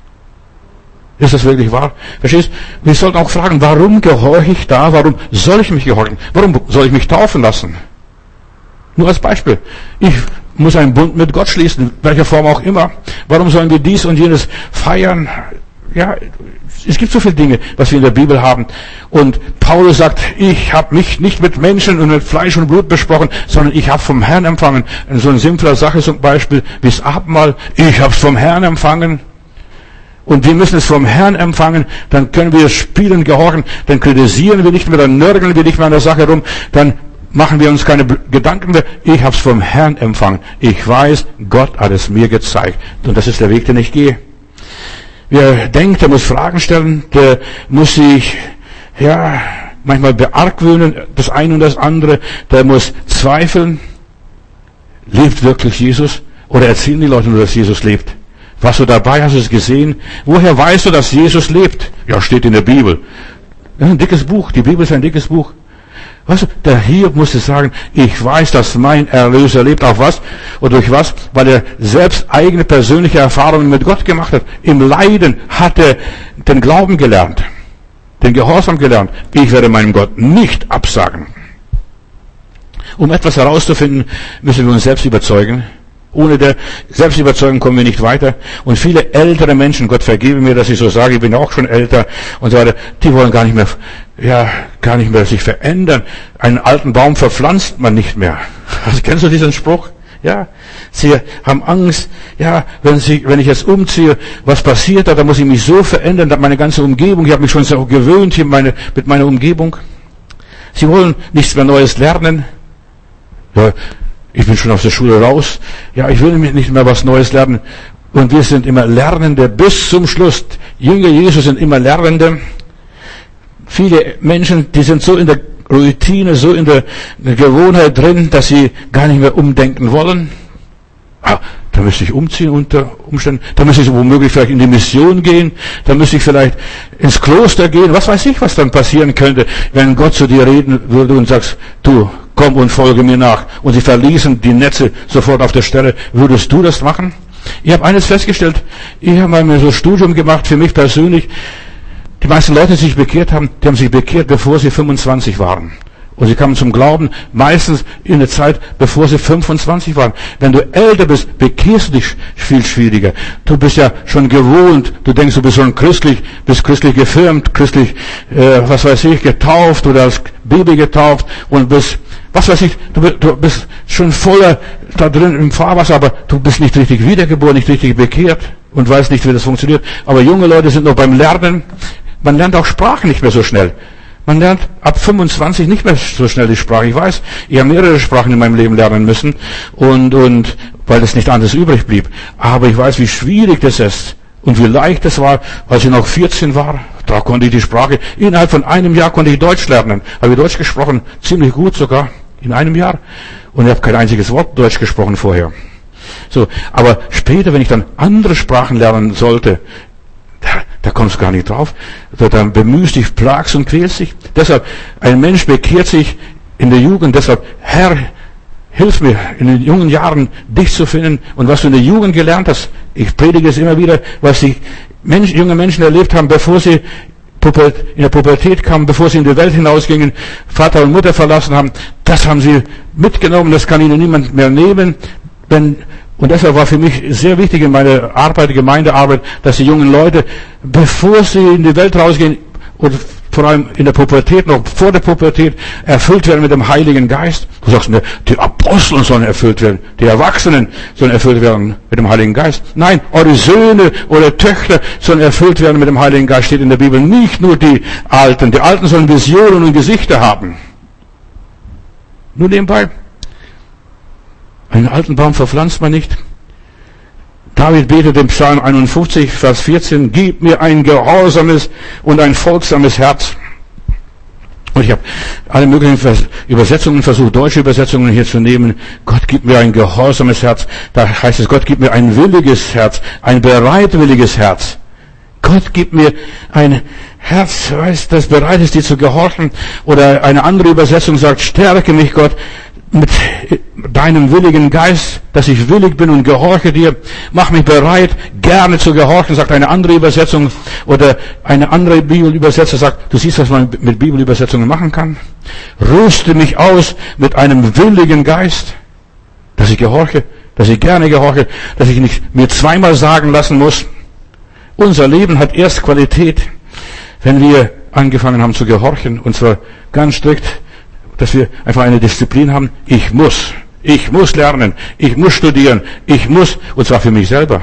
Ist das wirklich wahr? Verstehst? Wir sollten auch fragen, warum gehorche ich da? Warum soll ich mich gehorchen? Warum soll ich mich taufen lassen? Nur als Beispiel. Ich muss einen Bund mit Gott schließen, in welcher Form auch immer. Warum sollen wir dies und jenes feiern? Ja, es gibt so viele Dinge, was wir in der Bibel haben. Und Paulus sagt, ich habe mich nicht mit Menschen und mit Fleisch und Blut besprochen, sondern ich habe vom Herrn empfangen. So eine simple Sache zum Beispiel, wie das Abendmahl. Ich habe es vom Herrn empfangen. Und wir müssen es vom Herrn empfangen, dann können wir spielen, gehorchen, dann kritisieren wir nicht mehr, dann nörgeln wir nicht mehr an der Sache rum, dann machen wir uns keine Gedanken mehr. Ich habe es vom Herrn empfangen. Ich weiß, Gott hat es mir gezeigt. Und das ist der Weg, den ich gehe. Wer denkt, der muss Fragen stellen, der muss sich, manchmal beargwöhnen, das eine und das andere, der muss zweifeln. Lebt wirklich Jesus? Oder erzählen die Leute nur, dass Jesus lebt? Warst du dabei? Hast du es gesehen? Woher weißt du, dass Jesus lebt? Ja, steht in der Bibel. Das ist ein dickes Buch. Die Bibel ist ein dickes Buch. Weißt du, der Hiob musste sagen, ich weiß, dass mein Erlöser lebt. Auf was? Oder durch was? Weil er selbst eigene persönliche Erfahrungen mit Gott gemacht hat. Im Leiden hat er den Glauben gelernt. Den Gehorsam gelernt. Ich werde meinem Gott nicht absagen. Um etwas herauszufinden, müssen wir uns selbst überzeugen. Ohne der Selbstüberzeugung kommen wir nicht weiter. Und viele ältere Menschen, Gott vergebe mir, dass ich so sage, ich bin auch schon älter und so weiter, die wollen gar nicht mehr sich verändern. Einen alten Baum verpflanzt man nicht mehr. Also, kennst du diesen Spruch? Ja. Sie haben Angst, wenn ich jetzt umziehe, was passiert da? Da muss ich mich so verändern, meine ganze Umgebung, ich habe mich schon so gewöhnt hier mit meiner Umgebung. Sie wollen nichts mehr Neues lernen. Ja, ich bin schon aus der Schule raus. Ja, ich will nicht mehr was Neues lernen. Und wir sind immer Lernende bis zum Schluss. Jünger Jesus sind immer Lernende. Viele Menschen, die sind so in der Routine, so in der Gewohnheit drin, dass sie gar nicht mehr umdenken wollen. Da müsste ich umziehen unter Umständen. Da müsste ich womöglich vielleicht in die Mission gehen. Da müsste ich vielleicht ins Kloster gehen. Was weiß ich, was dann passieren könnte, wenn Gott zu dir reden würde und sagst, du, komm und folge mir nach. Und sie verließen die Netze sofort auf der Stelle. Würdest du das machen? Ich habe eines festgestellt. Ich habe mal so ein Studium gemacht, für mich persönlich. Die meisten Leute, die sich bekehrt haben, die haben sich bekehrt, bevor sie 25 waren. Und sie kamen zum Glauben meistens in der Zeit, bevor sie 25 waren. Wenn du älter bist, bekehrst du dich viel schwieriger. Du bist ja schon gewohnt. Du denkst, du bist schon christlich gefirmt, christlich, getauft oder als Baby getauft und bist, du bist schon voller da drin im Fahrwasser, aber du bist nicht richtig wiedergeboren, nicht richtig bekehrt und weißt nicht, wie das funktioniert. Aber junge Leute sind noch beim Lernen. Man lernt auch Sprachen nicht mehr so schnell. Man lernt ab 25 nicht mehr so schnell die Sprache. Ich weiß, ich habe mehrere Sprachen in meinem Leben lernen müssen und weil es nicht anderes übrig blieb. Aber ich weiß, wie schwierig das ist und wie leicht es war, als ich noch 14 war. Da konnte ich die Sprache, innerhalb von einem Jahr konnte ich Deutsch lernen. Habe ich Deutsch gesprochen, ziemlich gut sogar, in einem Jahr. Und ich habe kein einziges Wort Deutsch gesprochen vorher. So, aber später, wenn ich dann andere Sprachen lernen sollte, da kommst du gar nicht drauf. Dann bemühst dich, plagst und quälst dich. Deshalb, ein Mensch bekehrt sich in der Jugend. Deshalb, Herr, hilf mir, in den jungen Jahren dich zu finden. Und was du in der Jugend gelernt hast, ich predige es immer wieder, was die junge Menschen erlebt haben, bevor sie in der Pubertät kamen, bevor sie in die Welt hinausgingen, Vater und Mutter verlassen haben, das haben sie mitgenommen, das kann ihnen niemand mehr nehmen. Und deshalb war für mich sehr wichtig in meiner Arbeit, Gemeindearbeit, dass die jungen Leute, bevor sie in die Welt rausgehen, und vor allem in der Pubertät, noch vor der Pubertät, erfüllt werden mit dem Heiligen Geist. Du sagst mir, die Apostel sollen erfüllt werden, die Erwachsenen sollen erfüllt werden mit dem Heiligen Geist. Nein, eure Söhne oder Töchter sollen erfüllt werden mit dem Heiligen Geist, steht in der Bibel. Nicht nur die Alten. Die Alten sollen Visionen und Gesichter haben. Nur nebenbei. Einen alten Baum verpflanzt man nicht. David betet im Psalm 51, Vers 14, gib mir ein gehorsames und ein folgsames Herz. Und ich habe alle möglichen Übersetzungen versucht, deutsche Übersetzungen hier zu nehmen. Gott gibt mir ein gehorsames Herz. Da heißt es, Gott gibt mir ein williges Herz, ein bereitwilliges Herz. Gott gibt mir ein Herz, das bereit ist, dir zu gehorchen. Oder eine andere Übersetzung sagt, stärke mich, Gott, mit deinem willigen Geist, dass ich willig bin und gehorche dir. Mach mich bereit, gerne zu gehorchen, sagt eine andere Übersetzung. Oder eine andere Bibelübersetzer sagt, du siehst, was man mit Bibelübersetzungen machen kann. Rüste mich aus mit einem willigen Geist, dass ich gehorche, dass ich gerne gehorche, dass ich nicht mir zweimal sagen lassen muss. Unser Leben hat erst Qualität, wenn wir angefangen haben zu gehorchen, und zwar ganz strikt, dass wir einfach eine Disziplin haben. Ich muss lernen, ich muss studieren, und zwar für mich selber.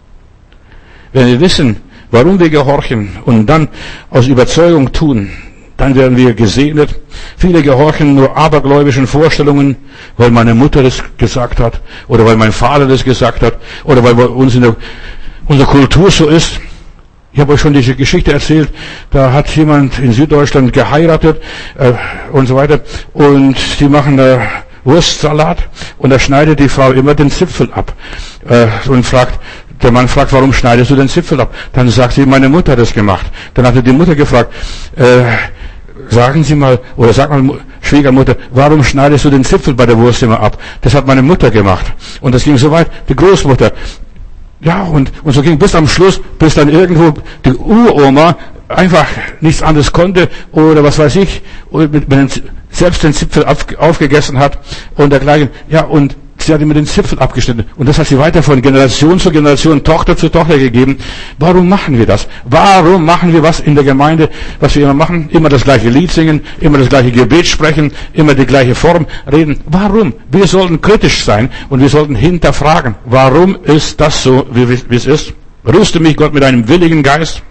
Wenn wir wissen, warum wir gehorchen und dann aus Überzeugung tun, dann werden wir gesegnet. Viele gehorchen nur abergläubischen Vorstellungen, weil meine Mutter das gesagt hat, oder weil mein Vater das gesagt hat, oder weil bei uns in unserer Kultur so ist. Ich habe euch schon diese Geschichte erzählt, da hat jemand in Süddeutschland geheiratet und so weiter, und die machen da Wurstsalat, und da schneidet die Frau immer den Zipfel ab und der Mann fragt, warum schneidest du den Zipfel ab? Dann sagt sie, meine Mutter hat das gemacht. Dann hat er die Mutter gefragt, sagen Sie mal, oder sag mal, Schwiegermutter, warum schneidest du den Zipfel bei der Wurst immer ab? Das hat meine Mutter gemacht. Und das ging so weit, die Großmutter. Ja, und so ging bis am Schluss, bis dann irgendwo die Uroma einfach nichts anderes konnte, oder was weiß ich, selbst den Zipfel aufgegessen hat und dergleichen. Ja, und sie hat immer den Zipfel abgeschnitten. Und das hat sie weiter von Generation zu Generation, Tochter zu Tochter gegeben. Warum machen wir das? Warum machen wir was in der Gemeinde, was wir immer machen? Immer das gleiche Lied singen, immer das gleiche Gebet sprechen, immer die gleiche Form reden. Warum? Wir sollten kritisch sein und wir sollten hinterfragen. Warum ist das so, wie es ist? Rüste mich, Gott, mit einem willigen Geist.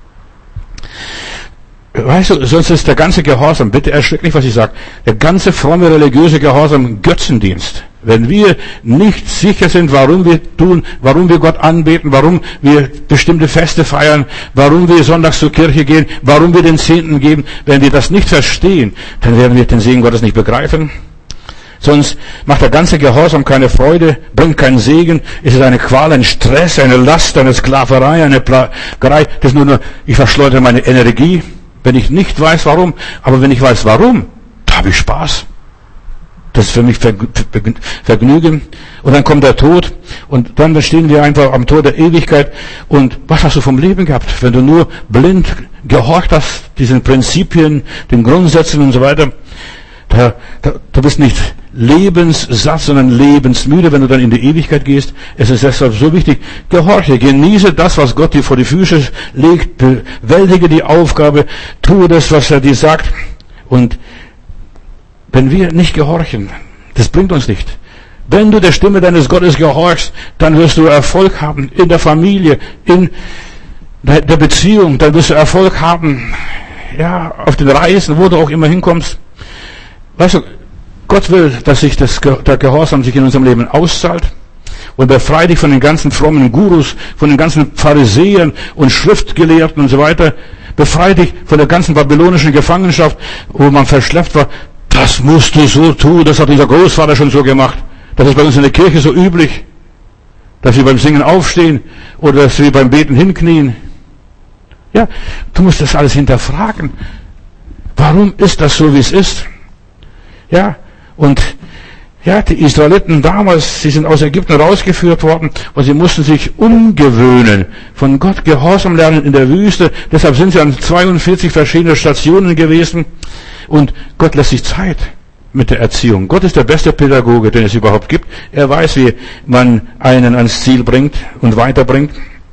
Weißt du, sonst ist der ganze Gehorsam, bitte erschreck nicht, was ich sage, der ganze fromme religiöse Gehorsam Götzendienst. Wenn wir nicht sicher sind, warum wir tun, warum wir Gott anbeten, warum wir bestimmte Feste feiern, warum wir sonntags zur Kirche gehen, warum wir den Zehnten geben, wenn wir das nicht verstehen, dann werden wir den Segen Gottes nicht begreifen. Sonst macht der ganze Gehorsam keine Freude, bringt keinen Segen, ist es eine Qual, ein Stress, eine Last, eine Sklaverei, eine Plagerei. Das ist nur, ich verschleudere meine Energie, wenn ich nicht weiß, warum. Aber wenn ich weiß, warum, da habe ich Spaß. Das ist für mich Vergnügen. Und dann kommt der Tod. Und dann stehen wir einfach am Tor der Ewigkeit. Und was hast du vom Leben gehabt? Wenn du nur blind gehorcht hast, diesen Prinzipien, den Grundsätzen und so weiter. Du bist nicht lebenssatt, sondern lebensmüde, wenn du dann in die Ewigkeit gehst. Es ist deshalb so wichtig, gehorche, genieße das, was Gott dir vor die Füße legt, bewältige die Aufgabe, tue das, was er dir sagt. Und wenn wir nicht gehorchen, das bringt uns nicht. Wenn du der Stimme deines Gottes gehorchst, dann wirst du Erfolg haben in der Familie, in der Beziehung, dann wirst du Erfolg haben, ja, auf den Reisen, wo du auch immer hinkommst. Weißt du, Gott will, dass sich der Gehorsam sich in unserem Leben auszahlt, und befreie dich von den ganzen frommen Gurus, von den ganzen Pharisäern und Schriftgelehrten und so weiter. Befreie dich von der ganzen babylonischen Gefangenschaft, wo man verschleppt war. Das musst du so tun, das hat unser Großvater schon so gemacht. Das ist bei uns in der Kirche so üblich, dass wir beim Singen aufstehen oder dass wir beim Beten hinknien. Ja, du musst das alles hinterfragen. Warum ist das so, wie es ist? Ja, und ja, die Israeliten damals, sie sind aus Ägypten rausgeführt worden und sie mussten sich umgewöhnen, von Gott Gehorsam lernen in der Wüste. Deshalb sind sie an 42 verschiedene Stationen gewesen, und Gott lässt sich Zeit mit der Erziehung. Gott ist der beste Pädagoge, den es überhaupt gibt. Er weiß, wie man einen ans Ziel bringt und weiterbringt.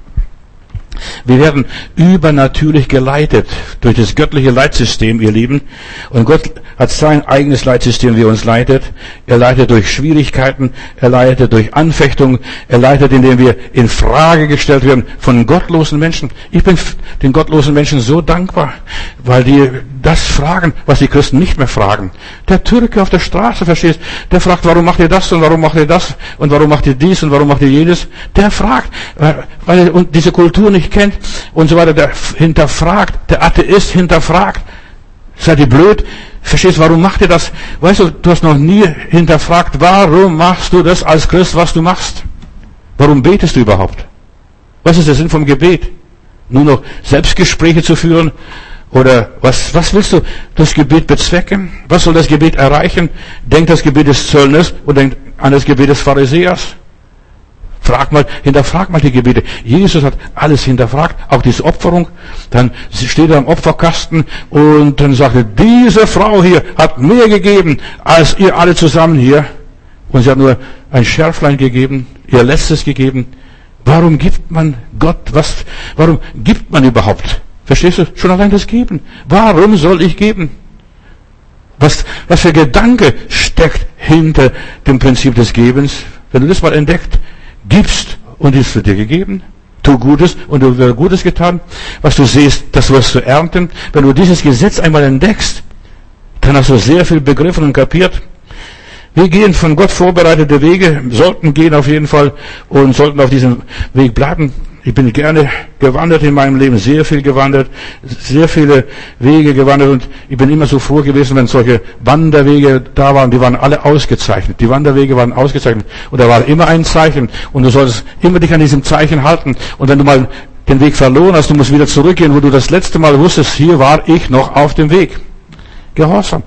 Wir werden übernatürlich geleitet durch das göttliche Leitsystem, ihr Lieben. Und Gott hat sein eigenes Leitsystem, wie er uns leitet. Er leitet durch Schwierigkeiten, er leitet durch Anfechtung, er leitet, indem wir in Frage gestellt werden von gottlosen Menschen. Ich bin den gottlosen Menschen so dankbar, weil die das fragen, was die Christen nicht mehr fragen. Der Türke auf der Straße, verstehst, der fragt, warum macht ihr das und warum macht ihr das und warum macht ihr dies und warum macht ihr jenes. Der fragt, weil er diese Kultur nicht kennt und so weiter. Der hinterfragt, der Atheist hinterfragt. Seid ihr blöd? Verstehst, warum macht ihr das? Weißt du, du hast noch nie hinterfragt, warum machst du das als Christ, was du machst? Warum betest du überhaupt? Was ist der Sinn vom Gebet? Nur noch Selbstgespräche zu führen? Oder was willst du das Gebet bezwecken? Was soll das Gebet erreichen? Denkt das Gebet des Zöllners und denkt an das Gebet des Pharisäers? Hinterfrag mal die Gebete. Jesus hat alles hinterfragt, auch diese Opferung. Dann steht er am Opferkasten und dann sagt er, diese Frau hier hat mehr gegeben als ihr alle zusammen hier. Und sie hat nur ein Schärflein gegeben, ihr Letztes gegeben. Warum gibt man Gott was? Warum gibt man überhaupt? Verstehst du? Schon allein das Geben. Warum soll ich geben? Was für Gedanke steckt hinter dem Prinzip des Gebens? Wenn du das mal entdeckt, gibst und ist für dir gegeben. tu Gutes und du wirst Gutes getan. Was du siehst, das wirst du ernten. Wenn du dieses Gesetz einmal entdeckst, dann hast du sehr viel begriffen und kapiert. Wir gehen von Gott vorbereitete Wege, sollten gehen auf jeden Fall und sollten auf diesem Weg bleiben. Ich bin gerne gewandert in meinem Leben, sehr viel gewandert, sehr viele Wege gewandert und ich bin immer so froh gewesen, wenn solche Wanderwege da waren, die waren alle ausgezeichnet. Die Wanderwege waren ausgezeichnet und da war immer ein Zeichen und du solltest immer dich an diesem Zeichen halten und wenn du mal den Weg verloren hast, du musst wieder zurückgehen, wo du das letzte Mal wusstest, hier war ich noch auf dem Weg. Gehorsam.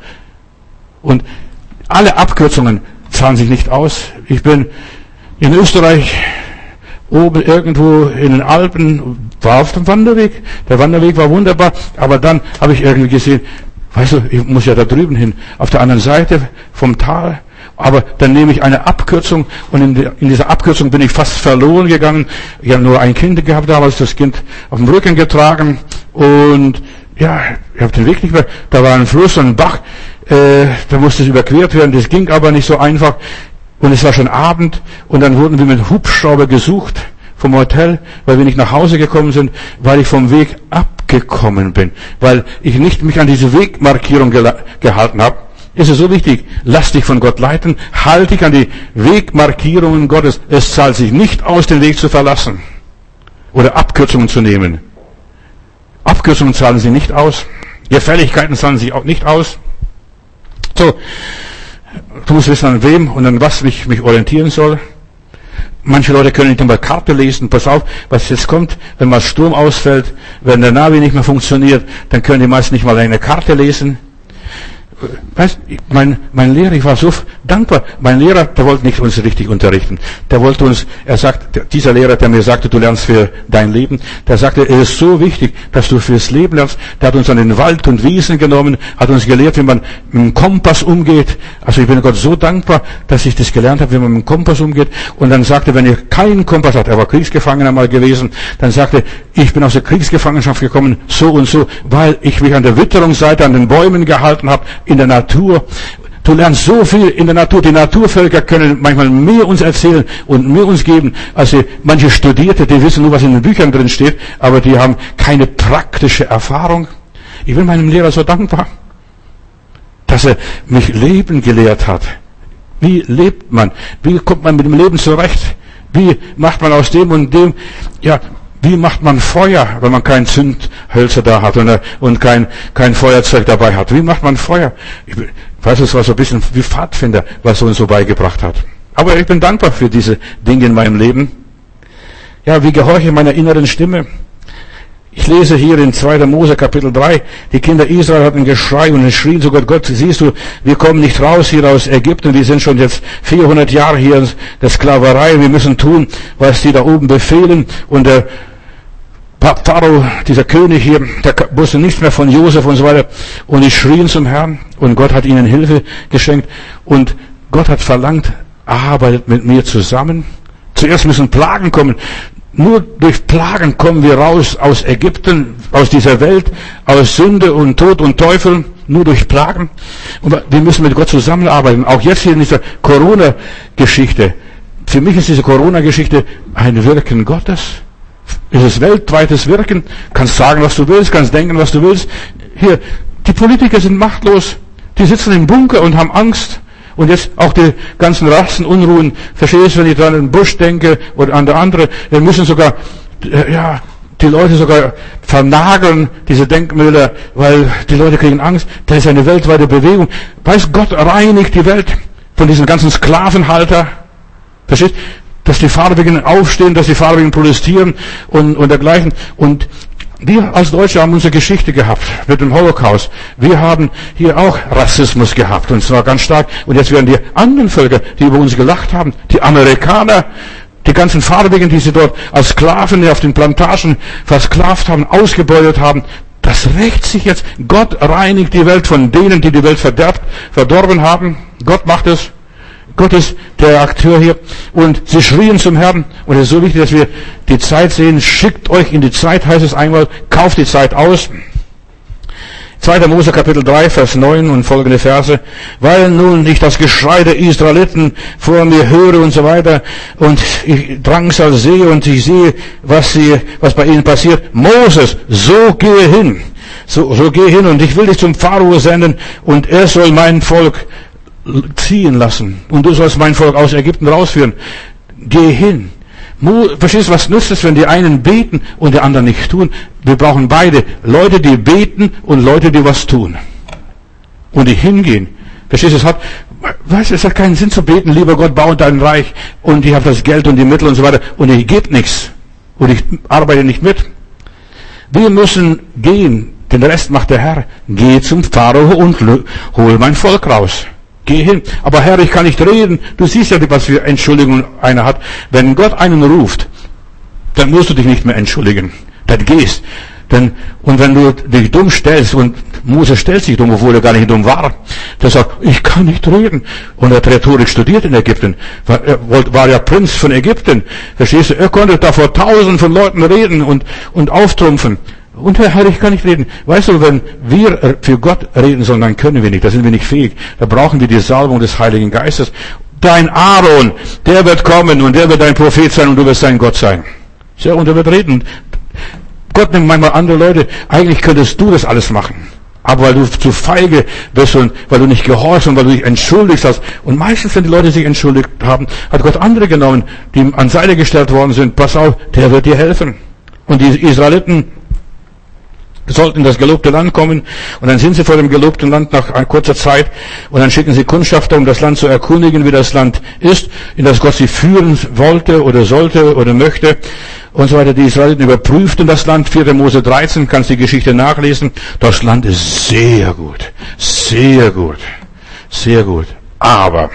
Und alle Abkürzungen zahlen sich nicht aus. Ich bin in Österreich oben irgendwo in den Alpen, war auf dem Wanderweg. Der Wanderweg war wunderbar, aber dann habe ich irgendwie gesehen, weißt du, ich muss ja da drüben hin, auf der anderen Seite vom Tal. Aber dann nehme ich eine Abkürzung und in dieser Abkürzung bin ich fast verloren gegangen. Ich habe nur ein Kind gehabt damals, das Kind auf dem Rücken getragen und ja, ich habe den Weg nicht mehr. Da war ein Fluss und ein Bach, da musste es überquert werden, das ging aber nicht so einfach. Und es war schon Abend und dann wurden wir mit Hubschrauber gesucht vom Hotel, weil wir nicht nach Hause gekommen sind, weil ich vom Weg abgekommen bin, weil ich nicht mich an diese Wegmarkierung gehalten habe. Ist es so wichtig, lass dich von Gott leiten, halte dich an die Wegmarkierungen Gottes. Es zahlt sich nicht aus, den Weg zu verlassen oder Abkürzungen zu nehmen. Abkürzungen zahlen sich nicht aus, Gefälligkeiten zahlen sich auch nicht aus. So, du musst wissen, an wem und an was mich orientieren soll. Manche Leute können nicht einmal Karte lesen. Pass auf, was jetzt kommt, wenn mal Sturm ausfällt, wenn der Navi nicht mehr funktioniert, dann können die meisten nicht mal eine Karte lesen. Weißt, mein Lehrer, ich war so dankbar. Mein Lehrer, der wollte nicht uns richtig unterrichten. Der wollte uns, er sagt, dieser Lehrer, der mir sagte, du lernst für dein Leben, der sagte, es ist so wichtig, dass du fürs Leben lernst. Der hat uns an den Wald und Wiesen genommen, hat uns gelehrt, wie man mit dem Kompass umgeht. Also ich bin Gott so dankbar, dass ich das gelernt habe, wie man mit dem Kompass umgeht. Und dann sagte, wenn ihr keinen Kompass habt, er war Kriegsgefangener mal gewesen, dann sagte, ich bin aus der Kriegsgefangenschaft gekommen, so und so, weil ich mich an der Witterungsseite, an den Bäumen gehalten habe, in der Natur. Du lernst so viel in der Natur. Die Naturvölker können manchmal mehr uns erzählen und mehr uns geben, als manche Studierte, die wissen nur, was in den Büchern drin steht, aber die haben keine praktische Erfahrung. Ich bin meinem Lehrer so dankbar, dass er mich Leben gelehrt hat. Wie lebt man? Wie kommt man mit dem Leben zurecht? Wie macht man aus dem und dem? Ja, wie macht man Feuer, wenn man kein Zündhölzer da hat und kein Feuerzeug dabei hat? Wie macht man Feuer? Ich weiß, es war so ein bisschen wie Pfadfinder, was er uns so beigebracht hat. Aber ich bin dankbar für diese Dinge in meinem Leben. Ja, wie gehorche ich meiner inneren Stimme? Ich lese hier in 2. Mose Kapitel 3, die Kinder Israel hatten ein Geschrei und schrien zu Gott, siehst du, wir kommen nicht raus hier aus Ägypten, wir sind schon jetzt 400 Jahre hier in der Sklaverei, wir müssen tun, was die da oben befehlen und der Pharao, dieser König hier, der wusste nichts mehr von Josef und so weiter und die schrien zum Herrn und Gott hat ihnen Hilfe geschenkt und Gott hat verlangt, arbeitet mit mir zusammen. Zuerst müssen Plagen kommen. Nur durch Plagen kommen wir raus aus Ägypten, aus dieser Welt, aus Sünde und Tod und Teufel, nur durch Plagen. Und wir müssen mit Gott zusammenarbeiten. Auch jetzt hier in dieser Corona-Geschichte. Für mich ist diese Corona-Geschichte ein Wirken Gottes. Es ist weltweites Wirken. Kannst sagen, was du willst, kannst denken, was du willst. Hier, die Politiker sind machtlos. Die sitzen im Bunker und haben Angst. Und jetzt auch die ganzen Rassenunruhen. Verstehst du, wenn ich da an den Bush denke oder an der andere, wir müssen sogar, die Leute sogar vernageln, diese Denkmäler, weil die Leute kriegen Angst. Da ist eine weltweite Bewegung. Weiß Gott reinigt die Welt von diesen ganzen Sklavenhalter. Verstehst? Dass die Farbigen aufstehen, dass die Farbigen protestieren und dergleichen. Und wir als Deutsche haben unsere Geschichte gehabt mit dem Holocaust. Wir haben hier auch Rassismus gehabt und zwar ganz stark. Und jetzt werden die anderen Völker, die über uns gelacht haben, die Amerikaner, die ganzen Farbigen, die sie dort als Sklaven auf den Plantagen versklavt haben, ausgebeutet haben, das rächt sich jetzt. Gott reinigt die Welt von denen, die die Welt verdorben haben. Gott macht es. Gott ist der Akteur hier. Und sie schrien zum Herrn. Und es ist so wichtig, dass wir die Zeit sehen. Schickt euch in die Zeit, heißt es einmal. Kauft die Zeit aus. 2. Mose Kapitel 3, Vers 9 und folgende Verse. Weil nun ich das Geschrei der Israeliten vor mir höre und so weiter und ich Drangsal sehe und ich sehe, was bei ihnen passiert. Moses, so gehe hin. So gehe hin und ich will dich zum Pharao senden und er soll mein Volk ziehen lassen. Und du sollst mein Volk aus Ägypten rausführen. Geh hin. Verstehst du, was nützt es, wenn die einen beten und die anderen nicht tun? Wir brauchen beide. Leute, die beten und Leute, die was tun. Und die hingehen. Verstehst du, es hat keinen Sinn zu beten, lieber Gott, bau dein Reich und ich habe das Geld und die Mittel und so weiter und ich gebe nichts. Und ich arbeite nicht mit. Wir müssen gehen. Den Rest macht der Herr. Geh zum Pharao und hol mein Volk raus. Geh hin. Aber Herr, ich kann nicht reden. Du siehst ja, was für Entschuldigung einer hat. Wenn Gott einen ruft, dann musst du dich nicht mehr entschuldigen. Dann gehst. Und wenn du dich dumm stellst, und Mose stellt sich dumm, obwohl er gar nicht dumm war, der sagt, ich kann nicht reden. Und er hat Rhetorik studiert in Ägypten. Er war ja Prinz von Ägypten. Verstehst du? Er konnte da vor Tausenden von Leuten reden und auftrumpfen. Und Herr, ich kann nicht reden. Weißt du, wenn wir für Gott reden sollen, dann können wir nicht. Da sind wir nicht fähig. Da brauchen wir die Salbung des Heiligen Geistes. Dein Aaron, der wird kommen und der wird dein Prophet sein und du wirst sein Gott sein. Ja, und er wird reden. Gott nimmt manchmal andere Leute. Eigentlich könntest du das alles machen. Aber weil du zu feige bist und weil du nicht gehorchst und weil du dich entschuldigst hast. Und meistens, wenn die Leute sich entschuldigt haben, hat Gott andere genommen, die an Seite gestellt worden sind. Pass auf, der wird dir helfen. Und die Israeliten sollten in das gelobte Land kommen und dann sind sie vor dem gelobten Land nach kurzer Zeit und dann schicken sie Kundschafter, um das Land zu erkundigen, wie das Land ist, in das Gott sie führen wollte oder sollte oder möchte und so weiter. Die Israeliten überprüften das Land, 4. Mose 13, kannst die Geschichte nachlesen. Das Land ist sehr gut, sehr gut, sehr gut. Aber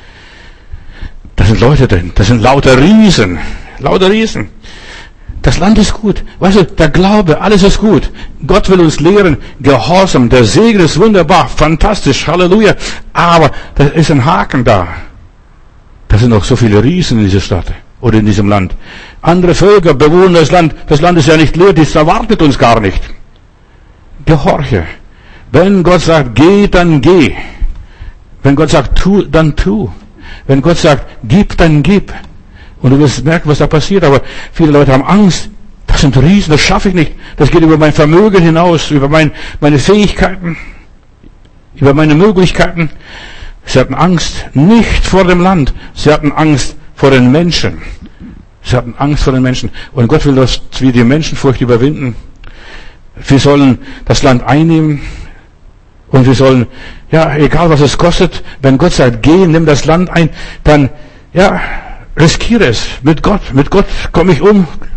da sind Leute drin, das sind lauter Riesen, lauter Riesen. Das Land ist gut. Weißt du, der Glaube, alles ist gut. Gott will uns lehren, Gehorsam, der Segen ist wunderbar, fantastisch, Halleluja. Aber da ist ein Haken da. Da sind noch so viele Riesen in dieser Stadt oder in diesem Land. Andere Völker bewohnen das Land. Das Land ist ja nicht leer, das erwartet uns gar nicht. Gehorche. Wenn Gott sagt, geh, dann geh. Wenn Gott sagt, tu, dann tu. Wenn Gott sagt, gib, dann gib. Und du wirst merken, was da passiert. Aber viele Leute haben Angst. Das sind Riesen, das schaffe ich nicht. Das geht über mein Vermögen hinaus, über meine Fähigkeiten, über meine Möglichkeiten. Sie hatten Angst nicht vor dem Land. Sie hatten Angst vor den Menschen. Sie hatten Angst vor den Menschen. Und Gott will, dass wir die Menschenfurcht überwinden. Wir sollen das Land einnehmen. Und wir sollen, ja, egal was es kostet, wenn Gott sagt, geh, nimm das Land ein, dann, ja, riskiere es. Mit Gott komme ich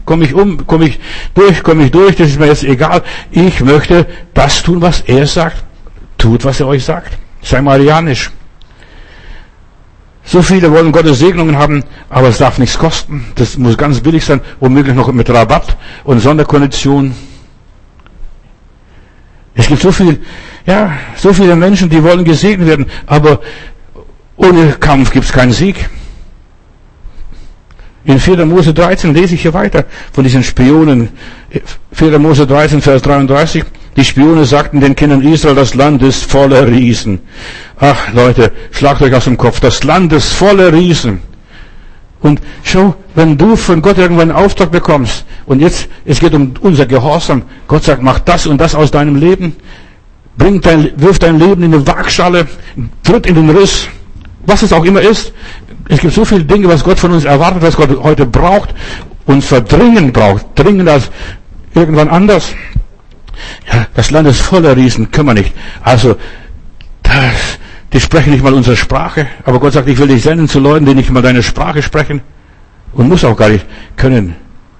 durch, das ist mir jetzt egal. Ich möchte das tun, was er sagt. Tut, was er euch sagt. Sei marianisch. So viele wollen Gottes Segnungen haben, aber es darf nichts kosten. Das muss ganz billig sein, womöglich noch mit Rabatt und Sonderkondition. Es gibt so viele Menschen, die wollen gesegnet werden, aber ohne Kampf gibt es keinen Sieg. In 4. Mose 13 lese ich hier weiter von diesen Spionen. 4. Mose 13, Vers 33. Die Spione sagten den Kindern Israel, das Land ist voller Riesen. Ach Leute, schlagt euch aus dem Kopf. Das Land ist voller Riesen. Und schau, wenn du von Gott irgendwann einen Auftrag bekommst, und jetzt, es geht um unser Gehorsam. Gott sagt, mach das und das aus deinem Leben. Wirf dein Leben in eine Waagschale, tritt in den Riss, was es auch immer ist. Es gibt so viele Dinge, was Gott von uns erwartet, was Gott heute braucht, uns verdringend braucht, dringender als irgendwann anders. Ja, das Land ist voller Riesen, können wir nicht. Also, die sprechen nicht mal unsere Sprache, aber Gott sagt, ich will dich senden zu Leuten, die nicht mal deine Sprache sprechen und muss auch gar nicht können.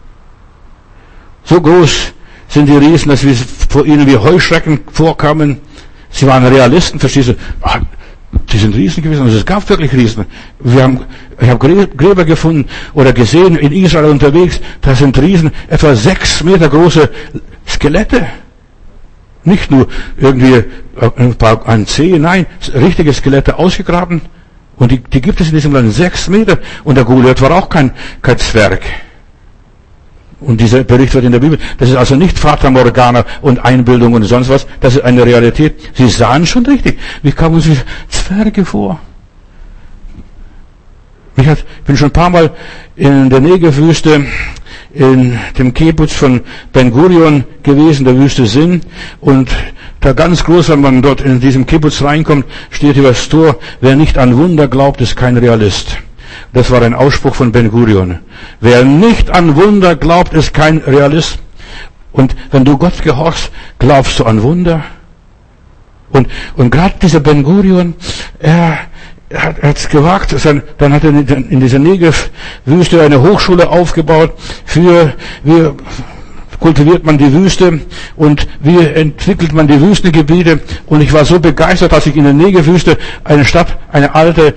So groß sind die Riesen, dass wir vor ihnen wie Heuschrecken vorkamen. Sie waren Realisten, verstehst du? Die sind Riesen gewesen, also es gab wirklich Riesen. Ich habe Gräber gefunden oder gesehen in Israel unterwegs, da sind Riesen, etwa 6 Meter große Skelette. Nicht nur irgendwie ein Zeh, nein, richtige Skelette ausgegraben. Und die gibt es in diesem Land 6 Meter. Und der Goliath war auch kein Zwerg. Und dieser Bericht wird in der Bibel, das ist also nicht Fata Morgana und Einbildung und sonst was, das ist eine Realität. Sie sahen schon richtig. Wie kamen uns wie Zwerge vor? Ich bin schon ein paar Mal in der Negev-Wüste, in dem Kibbutz von Ben Gurion gewesen, der Wüste Sin. Und da ganz groß, wenn man dort in diesem Kibbutz reinkommt, steht über das Tor, wer nicht an Wunder glaubt, ist kein Realist. Das war ein Ausspruch von Ben Gurion. Wer nicht an Wunder glaubt, ist kein Realist. Und wenn du Gott gehorchst, glaubst du an Wunder. Und gerade dieser Ben Gurion, er hat es gewagt, dann hat er in dieser Negev-Wüste eine Hochschule aufgebaut wie kultiviert man die Wüste und wie entwickelt man die Wüstengebiete. Und ich war so begeistert, dass ich in der Negev-Wüste eine alte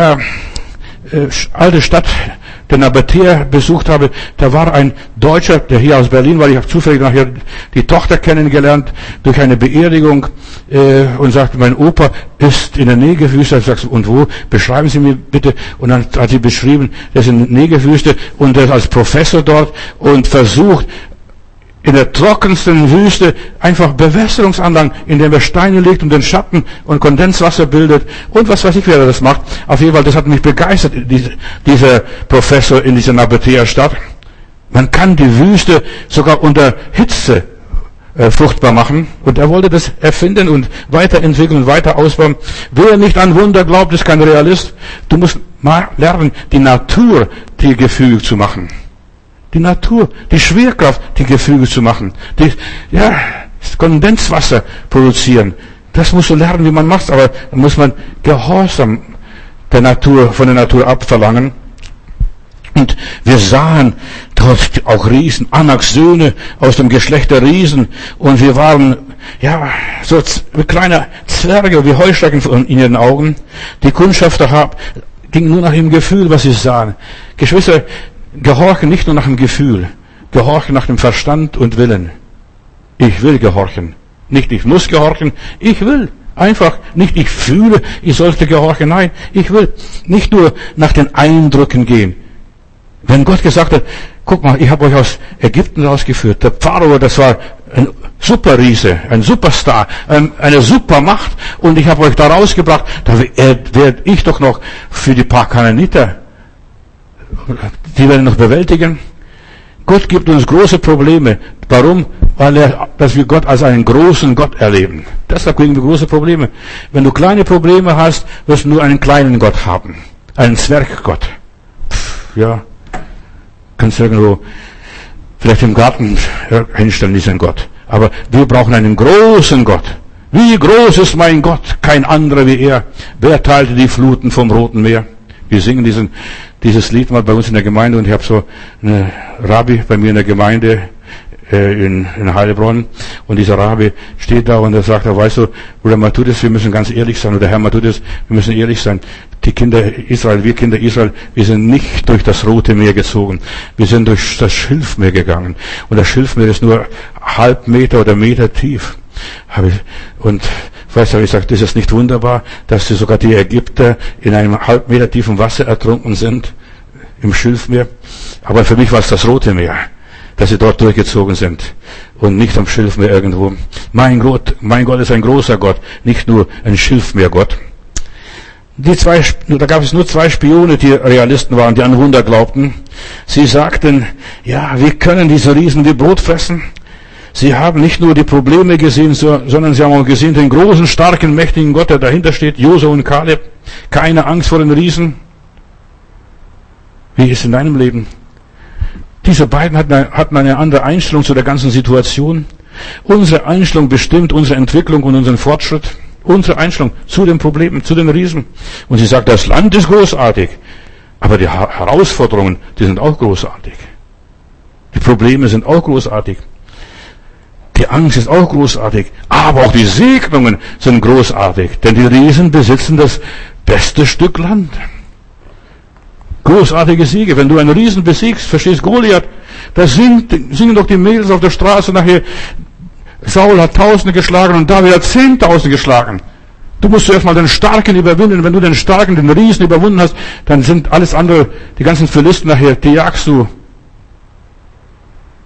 Stadt, den Nabatäer, besucht habe. Da war ein Deutscher, der hier aus Berlin war. Ich habe zufällig nachher die Tochter kennengelernt durch eine Beerdigung und sagte, mein Opa ist in der Negev-Wüste. Ich sagte, und wo? Beschreiben Sie mir bitte. Und dann hat sie beschrieben, er ist in der Negev-Wüste und er ist als Professor dort und versucht, in der trockensten Wüste einfach Bewässerungsanlagen, indem er Steine legt und den Schatten und Kondenswasser bildet und was weiß ich, wer das macht. Auf jeden Fall, das hat mich begeistert, dieser Professor in dieser Nabatäer-Stadt. Man kann die Wüste sogar unter Hitze fruchtbar machen. Und er wollte das erfinden und weiterentwickeln und weiter ausbauen. Wer nicht an Wunder glaubt, ist kein Realist. Du musst mal lernen, die Natur dir gefügig zu machen. Die Natur, die Schwerkraft, die Gefüge zu machen. Das Kondenswasser produzieren. Das musst du lernen, wie man macht. Aber da muss man Gehorsam von der Natur abverlangen. Und wir sahen dort auch Riesen, Anaks Söhne aus dem Geschlecht der Riesen. Und wir waren, so kleine Zwerge, wie Heuschrecken in ihren Augen. Die Kundschafter gingen nur nach ihrem Gefühl, was sie sahen. Geschwister, gehorchen nicht nur nach dem Gefühl, gehorchen nach dem Verstand und Willen. Ich will gehorchen. Nicht ich muss gehorchen, ich will. Einfach nicht ich fühle, ich sollte gehorchen. Nein, ich will. Nicht nur nach den Eindrücken gehen. Wenn Gott gesagt hat, guck mal, ich habe euch aus Ägypten rausgeführt. Der Pharao, das war ein Superriese, ein Superstar, eine Supermacht. Und ich habe euch da rausgebracht, da werde ich doch noch für die paar Kanaaniter, die werden noch bewältigen. Gott gibt uns große Probleme. Warum? Dass wir Gott als einen großen Gott erleben. Deshalb kriegen wir große Probleme. Wenn du kleine Probleme hast, wirst du nur einen kleinen Gott haben. Einen Zwerggott. Kannst du irgendwo vielleicht im Garten hinstellen, diesen Gott. Aber wir brauchen einen großen Gott. Wie groß ist mein Gott? Kein anderer wie er. Wer teilte die Fluten vom Roten Meer? Wir singen dieses Lied mal bei uns in der Gemeinde und ich habe so einen Rabbi bei mir in der Gemeinde in Heilbronn und dieser Rabbi steht da und er sagt, weißt du, Bruder Matthäus, wir müssen ganz ehrlich sein, oder Herr Matthäus, wir müssen ehrlich sein. Wir Kinder Israel, wir sind nicht durch das Rote Meer gezogen. Wir sind durch das Schilfmeer gegangen. Und das Schilfmeer ist nur 0,5 Meter oder Meter tief. Und weißt du, ich sage, das ist nicht wunderbar, dass sogar die Ägypter in einem 0,5 Meter tiefen Wasser ertrunken sind, im Schilfmeer. Aber für mich war es das Rote Meer, dass sie dort durchgezogen sind und nicht am Schilfmeer irgendwo. Mein Gott ist ein großer Gott, nicht nur ein Schilfmeergott. Da gab es nur 2 Spione, die Realisten waren, die an Wunder glaubten. Sie sagten, wir können diese Riesen wie Brot fressen. Sie haben nicht nur die Probleme gesehen, sondern sie haben auch gesehen den großen, starken, mächtigen Gott, der dahinter steht, Josua und Kaleb. Keine Angst vor den Riesen. Wie ist es in deinem Leben? Diese beiden hatten eine andere Einstellung zu der ganzen Situation. Unsere Einstellung bestimmt unsere Entwicklung und unseren Fortschritt. Unsere Einstellung zu den Problemen, zu den Riesen. Und sie sagt, das Land ist großartig. Aber die Herausforderungen, die sind auch großartig. Die Probleme sind auch großartig. Die Angst ist auch großartig. Aber auch die Segnungen sind großartig. Denn die Riesen besitzen das beste Stück Land. Großartige Siege. Wenn du einen Riesen besiegst, verstehst Goliath, da singen doch die Mädels auf der Straße nachher, Saul hat Tausende geschlagen und David hat 10.000 geschlagen. Du musst zuerst mal den Starken überwinden. Wenn du den Starken, den Riesen überwunden hast, dann sind alles andere, die ganzen Philisten nachher, die jagst du.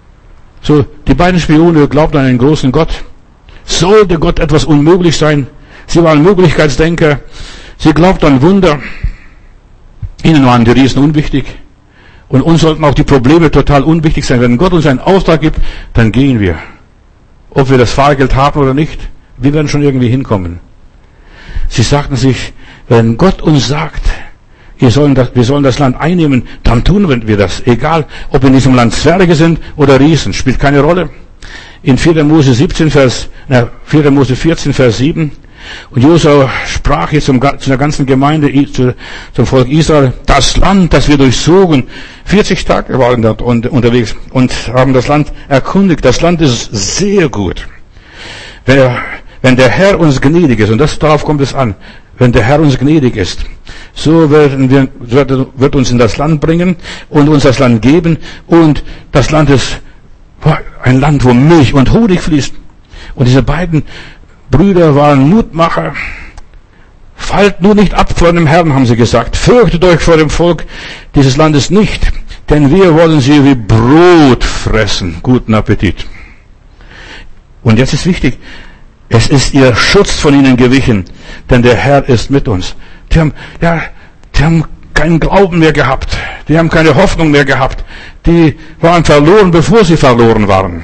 So, die beiden Spione glaubten an einen großen Gott. Sollte Gott etwas unmöglich sein? Sie waren Möglichkeitsdenker. Sie glaubten an Wunder. Ihnen waren die Riesen unwichtig. Und uns sollten auch die Probleme total unwichtig sein. Wenn Gott uns einen Auftrag gibt, dann gehen wir. Ob wir das Fahrgeld haben oder nicht, wir werden schon irgendwie hinkommen. Sie sagten sich, wenn Gott uns sagt, wir sollen das Land einnehmen, dann tun wir das. Egal, ob in diesem Land Zwerge sind oder Riesen, spielt keine Rolle. In 4. Mose 14, Vers 7, und Josua sprach jetzt zu der ganzen Gemeinde, zum Volk Israel, das Land, das wir durchzogen, 40 Tage waren dort unterwegs und haben das Land erkundigt. Das Land ist sehr gut. Wenn der Herr uns gnädig ist, und darauf kommt es an, wenn der Herr uns gnädig ist, so wird uns in das Land bringen und uns das Land geben, und das Land ist ein Land, wo Milch und Honig fließt. Und diese beiden Brüder waren Mutmacher. Fallt nur nicht ab vor dem Herrn, haben sie gesagt. Fürchtet euch vor dem Volk dieses Landes nicht, denn wir wollen sie wie Brot fressen. Guten Appetit. Und jetzt ist wichtig, es ist ihr Schutz von ihnen gewichen, denn der Herr ist mit uns. Die haben keinen Glauben mehr gehabt. Die haben keine Hoffnung mehr gehabt. Die waren verloren, bevor sie verloren waren.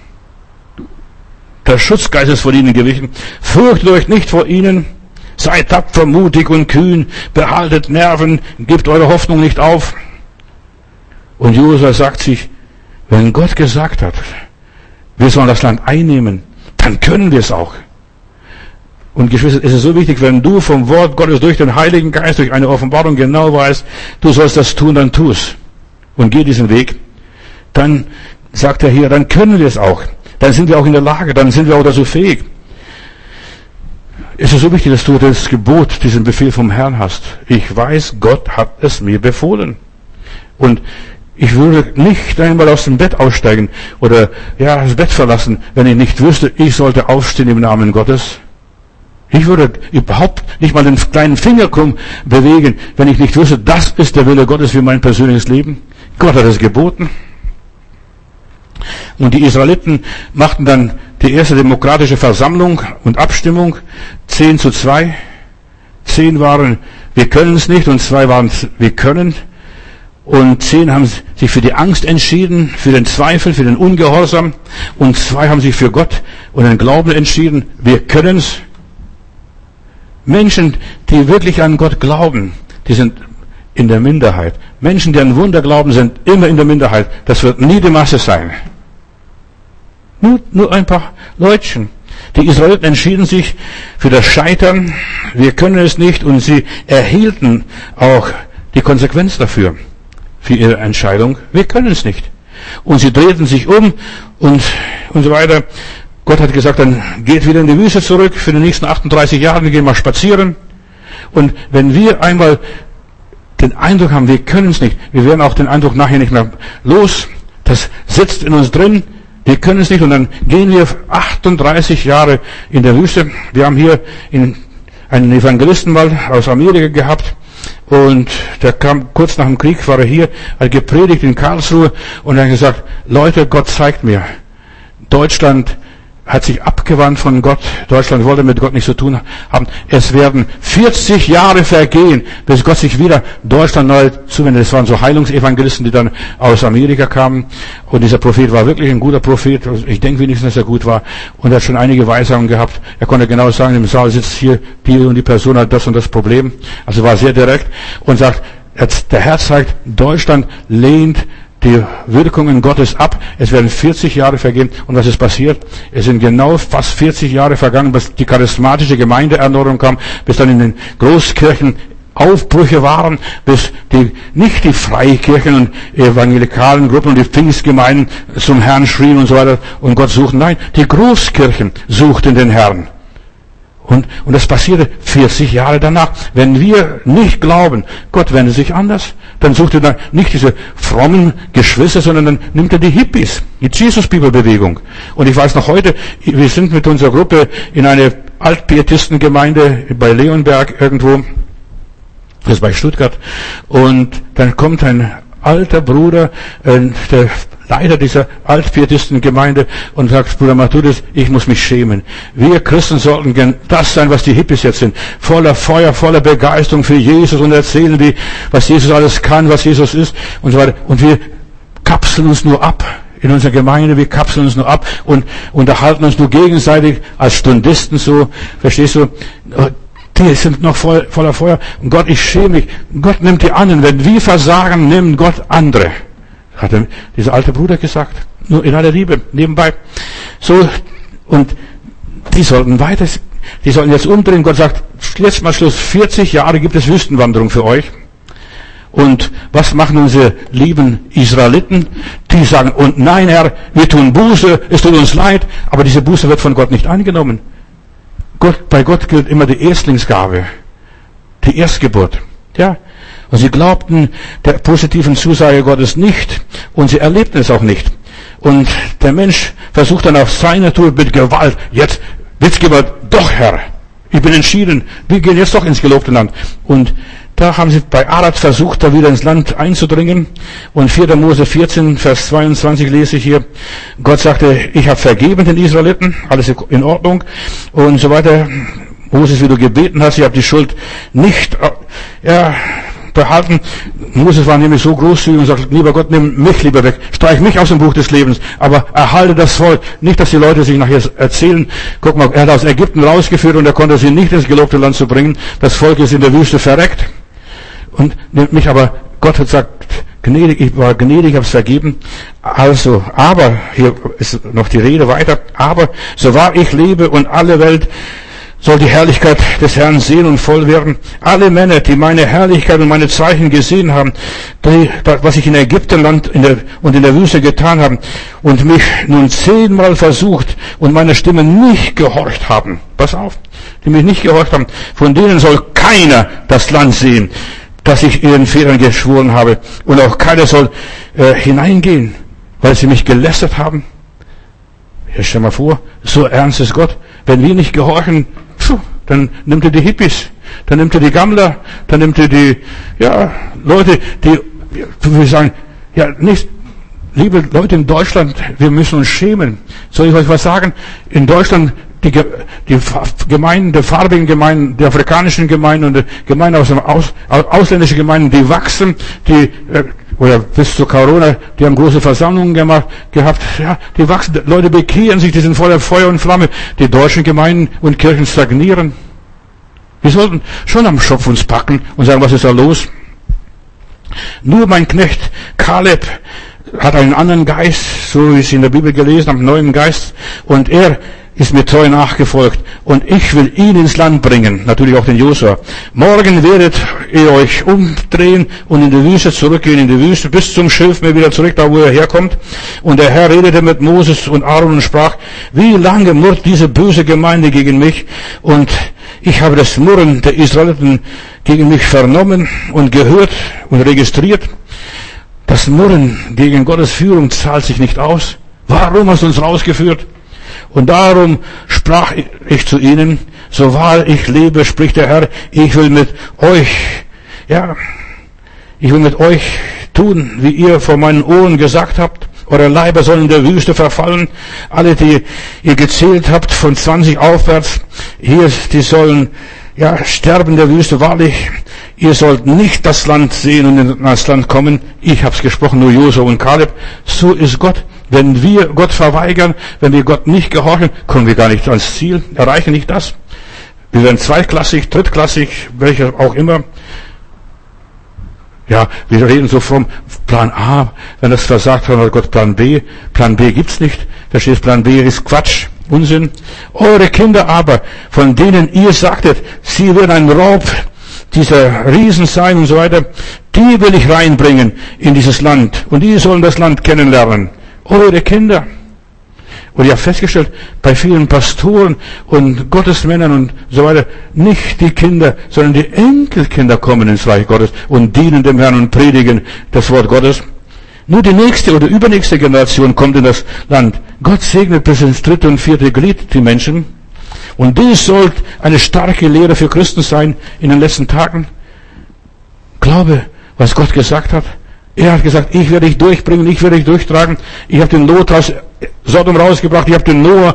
Der Schutzgeist ist von ihnen gewichen. Fürchtet euch nicht vor ihnen. Seid tapfer, mutig und kühn. Behaltet Nerven. Gebt eure Hoffnung nicht auf. Und Josua sagt sich, wenn Gott gesagt hat, wir sollen das Land einnehmen, dann können wir es auch. Und Geschwister, es ist so wichtig, wenn du vom Wort Gottes durch den Heiligen Geist, durch eine Offenbarung genau weißt, du sollst das tun, dann tu's. Und geh diesen Weg. Dann sagt er hier, dann können wir es auch. Dann sind wir auch in der Lage, dann sind wir auch dazu fähig. Es ist so wichtig, dass du das Gebot, diesen Befehl vom Herrn hast. Ich weiß, Gott hat es mir befohlen. Und ich würde nicht einmal aus dem Bett aussteigen oder das Bett verlassen, wenn ich nicht wüsste, ich sollte aufstehen im Namen Gottes. Ich würde überhaupt nicht mal den kleinen Finger bewegen, wenn ich nicht wüsste, das ist der Wille Gottes für mein persönliches Leben. Gott hat es geboten. Und die Israeliten machten dann die erste demokratische Versammlung und Abstimmung, 10:2. 10 waren, wir können es nicht, und 2 waren, wir können. Und 10 haben sich für die Angst entschieden, für den Zweifel, für den Ungehorsam. Und 2 haben sich für Gott und den Glauben entschieden, wir können es. Menschen, die wirklich an Gott glauben, die sind in der Minderheit. Menschen, die an Wunder glauben, sind immer in der Minderheit. Das wird nie die Masse sein. Nur ein paar Leutchen. Die Israeliten entschieden sich für das Scheitern. Wir können es nicht, und sie erhielten auch die Konsequenz dafür, für ihre Entscheidung. Wir können es nicht. Und sie drehten sich um und so weiter. Gott hat gesagt, dann geht wieder in die Wüste zurück für die nächsten 38 Jahre, wir gehen mal spazieren. Und wenn wir einmal den Eindruck haben, wir können es nicht, wir werden auch den Eindruck nachher nicht mehr los, das sitzt in uns drin, wir können es nicht, und dann gehen wir 38 Jahre in der Wüste. Wir haben hier einen Evangelisten mal aus Amerika gehabt, und der kam kurz nach dem Krieg, war er hier, hat gepredigt in Karlsruhe, und er hat gesagt, Leute, Gott zeigt mir, Deutschland hat sich abgewandt von Gott. Deutschland wollte mit Gott nichts zu tun haben. Es werden 40 Jahre vergehen, bis Gott sich wieder Deutschland neu zuwendet. Es waren so Heilungsevangelisten, die dann aus Amerika kamen. Und dieser Prophet war wirklich ein guter Prophet. Ich denke wenigstens, dass er gut war. Und er hat schon einige Weisungen gehabt. Er konnte genau sagen, im Saal sitzt hier die und die Person, hat das und das Problem. Also war sehr direkt und sagt, der Herr zeigt, Deutschland lehnt die Wirkungen Gottes ab. Es werden 40 Jahre vergehen. Und was ist passiert? Es sind genau fast 40 Jahre vergangen, bis die charismatische Gemeindeerneuerung kam, bis dann in den Großkirchen Aufbrüche waren, bis nicht die Freikirchen und evangelikalen Gruppen und die Pfingstgemeinden zum Herrn schrien und so weiter und Gott suchten. Nein, die Großkirchen suchten den Herrn. Und das passierte 40 Jahre danach. Wenn wir nicht glauben, Gott wendet sich anders, dann sucht er dann nicht diese frommen Geschwister, sondern dann nimmt er die Hippies, die Jesus-People-Bewegung. Und ich weiß noch heute, wir sind mit unserer Gruppe in eine Altpietistengemeinde bei Leonberg irgendwo, das ist bei Stuttgart, und dann kommt ein alter Bruder, der Leiter dieser Altpietistengemeinde, und sagt, Bruder Matthäus, ich muss mich schämen. Wir Christen sollten gern das sein, was die Hippies jetzt sind. Voller Feuer, voller Begeisterung für Jesus und erzählen, was Jesus alles kann, was Jesus ist und so weiter. Und wir kapseln uns nur ab. In unserer Gemeinde, wir kapseln uns nur ab und unterhalten uns nur gegenseitig als Stundisten so, verstehst du? Die sind noch voller Feuer. Und Gott, ich schäme mich. Gott nimmt die anderen. Wenn wir versagen, nimmt Gott andere. Hat dieser alte Bruder gesagt. Nur in aller Liebe, nebenbei. So, und die sollten jetzt umdrehen. Gott sagt, jetzt mal Schluss, 40 Jahre gibt es Wüstenwanderung für euch. Und was machen unsere lieben Israeliten? Die sagen, und nein, Herr, wir tun Buße, es tut uns leid, aber diese Buße wird von Gott nicht angenommen. Bei Gott gilt immer die Erstlingsgabe, die Erstgeburt. Ja. Und sie glaubten der positiven Zusage Gottes nicht und sie erlebten es auch nicht. Und der Mensch versucht dann auf seine Tour mit Gewalt, jetzt gehen wir doch, Herr, ich bin entschieden, wir gehen jetzt doch ins gelobte Land. Und da haben sie bei Arad versucht, da wieder ins Land einzudringen. Und 4. Mose 14, Vers 22 lese ich hier. Gott sagte, ich habe vergeben den Israeliten, alles in Ordnung und so weiter. Moses, wie du gebeten hast, ich habe die Schuld nicht behalten. Moses war nämlich so großzügig und sagt, lieber Gott, nimm mich lieber weg, streich mich aus dem Buch des Lebens, aber erhalte das Volk. Nicht, dass die Leute sich nachher erzählen, guck mal, er hat aus Ägypten rausgeführt und er konnte sie nicht ins gelobte Land zu bringen. Das Volk ist in der Wüste verreckt. Und nimmt mich, aber Gott hat gesagt, gnädig, ich war gnädig, ich habe es vergeben. Also, aber, hier ist noch die Rede weiter, aber, so wahr ich lebe und alle Welt soll die Herrlichkeit des Herrn sehen und voll werden. Alle Männer, die meine Herrlichkeit und meine Zeichen gesehen haben, was ich in Ägyptenland und in der Wüste getan habe und mich nun 10-mal versucht und meiner Stimme nicht gehorcht haben. Pass auf, die mich nicht gehorcht haben, von denen soll keiner das Land sehen, dass ich ihren Vätern geschworen habe. Und auch keiner soll hineingehen, weil sie mich gelästert haben. Ja, stell mal vor, so ernst ist Gott. Wenn wir nicht gehorchen, dann nimmt er die Hippies, dann nimmt er die Gammler, dann nimmt er die Leute, die, wir sagen, nicht, liebe Leute in Deutschland, wir müssen uns schämen. Soll ich euch was sagen? In Deutschland die Gemeinden, die farbigen Gemeinden, die afrikanischen Gemeinden und die Gemeinden ausländische Gemeinden, die wachsen, oder bis zu Corona, die haben große Versammlungen gehabt, die wachsen, Leute bekehren sich, die sind voller Feuer und Flamme. Die deutschen Gemeinden und Kirchen stagnieren. Wir sollten schon am Schopf uns packen und sagen, was ist da los? Nur mein Knecht Kaleb hat einen anderen Geist, so wie ich es in der Bibel gelesen habe, einen neuen Geist, und er ist mir treu nachgefolgt und ich will ihn ins Land bringen, natürlich auch den Josua. Morgen werdet ihr euch umdrehen und in die Wüste zurückgehen, in die Wüste bis zum Schilfmeer wieder zurück, da wo er herkommt. Und der Herr redete mit Moses und Aaron und sprach, wie lange murrt diese böse Gemeinde gegen mich? Und ich habe das Murren der Israeliten gegen mich vernommen und gehört und registriert. Das Murren gegen Gottes Führung zahlt sich nicht aus. Warum hast du uns rausgeführt? Und darum sprach ich zu ihnen, so wahr ich lebe, spricht der Herr, ich will mit euch tun, wie ihr vor meinen Ohren gesagt habt. Eure Leiber sollen in der Wüste verfallen. Alle, die ihr gezählt habt, von 20 aufwärts, die sollen sterben in der Wüste. Wahrlich, ihr sollt nicht das Land sehen und in das Land kommen. Ich hab's gesprochen, nur Josua und Kaleb. So ist Gott. Wenn wir Gott verweigern, wenn wir Gott nicht gehorchen, kommen wir gar nicht ans Ziel, erreichen nicht das. Wir werden zweitklassig, drittklassig, welcher auch immer. Ja, wir reden so vom Plan A, wenn das versagt hat, hat Gott Plan B. Plan B gibt's nicht. Verstehst, Plan B ist Quatsch, Unsinn. Eure Kinder aber, von denen ihr sagtet, sie werden ein Raub dieser Riesen sein und so weiter, die will ich reinbringen in dieses Land. Und die sollen das Land kennenlernen. Eure Kinder. Und ich habe festgestellt, bei vielen Pastoren und Gottesmännern und so weiter, nicht die Kinder, sondern die Enkelkinder kommen ins Reich Gottes und dienen dem Herrn und predigen das Wort Gottes. Nur die nächste oder übernächste Generation kommt in das Land. Gott segnet bis ins 3. und 4. Glied die Menschen. Und dies soll eine starke Lehre für Christen sein in den letzten Tagen. Glaube, was Gott gesagt hat. Er hat gesagt, ich werde dich durchbringen, ich werde dich durchtragen. Ich habe den Lot aus Sodom rausgebracht, ich habe den Noah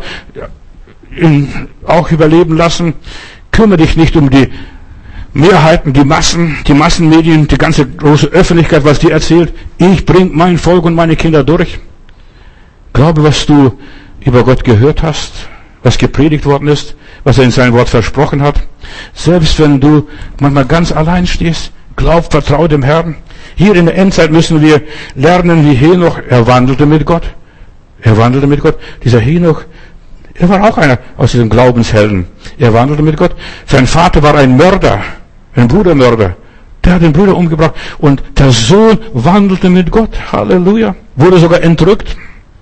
auch überleben lassen. Kümmere dich nicht um die Mehrheiten, die Massenmedien, die ganze große Öffentlichkeit, was die erzählt. Ich bringe mein Volk und meine Kinder durch. Glaube, was du über Gott gehört hast, was gepredigt worden ist, was er in seinem Wort versprochen hat. Selbst wenn du manchmal ganz allein stehst, glaub, vertrau dem Herrn. Hier in der Endzeit müssen wir lernen, wie Henoch, er wandelte mit Gott. Er wandelte mit Gott. Dieser Henoch, er war auch einer aus diesen Glaubenshelden. Er wandelte mit Gott. Sein Vater war ein Mörder, ein Brudermörder. Der hat den Bruder umgebracht. Und der Sohn wandelte mit Gott. Halleluja. Wurde sogar entrückt.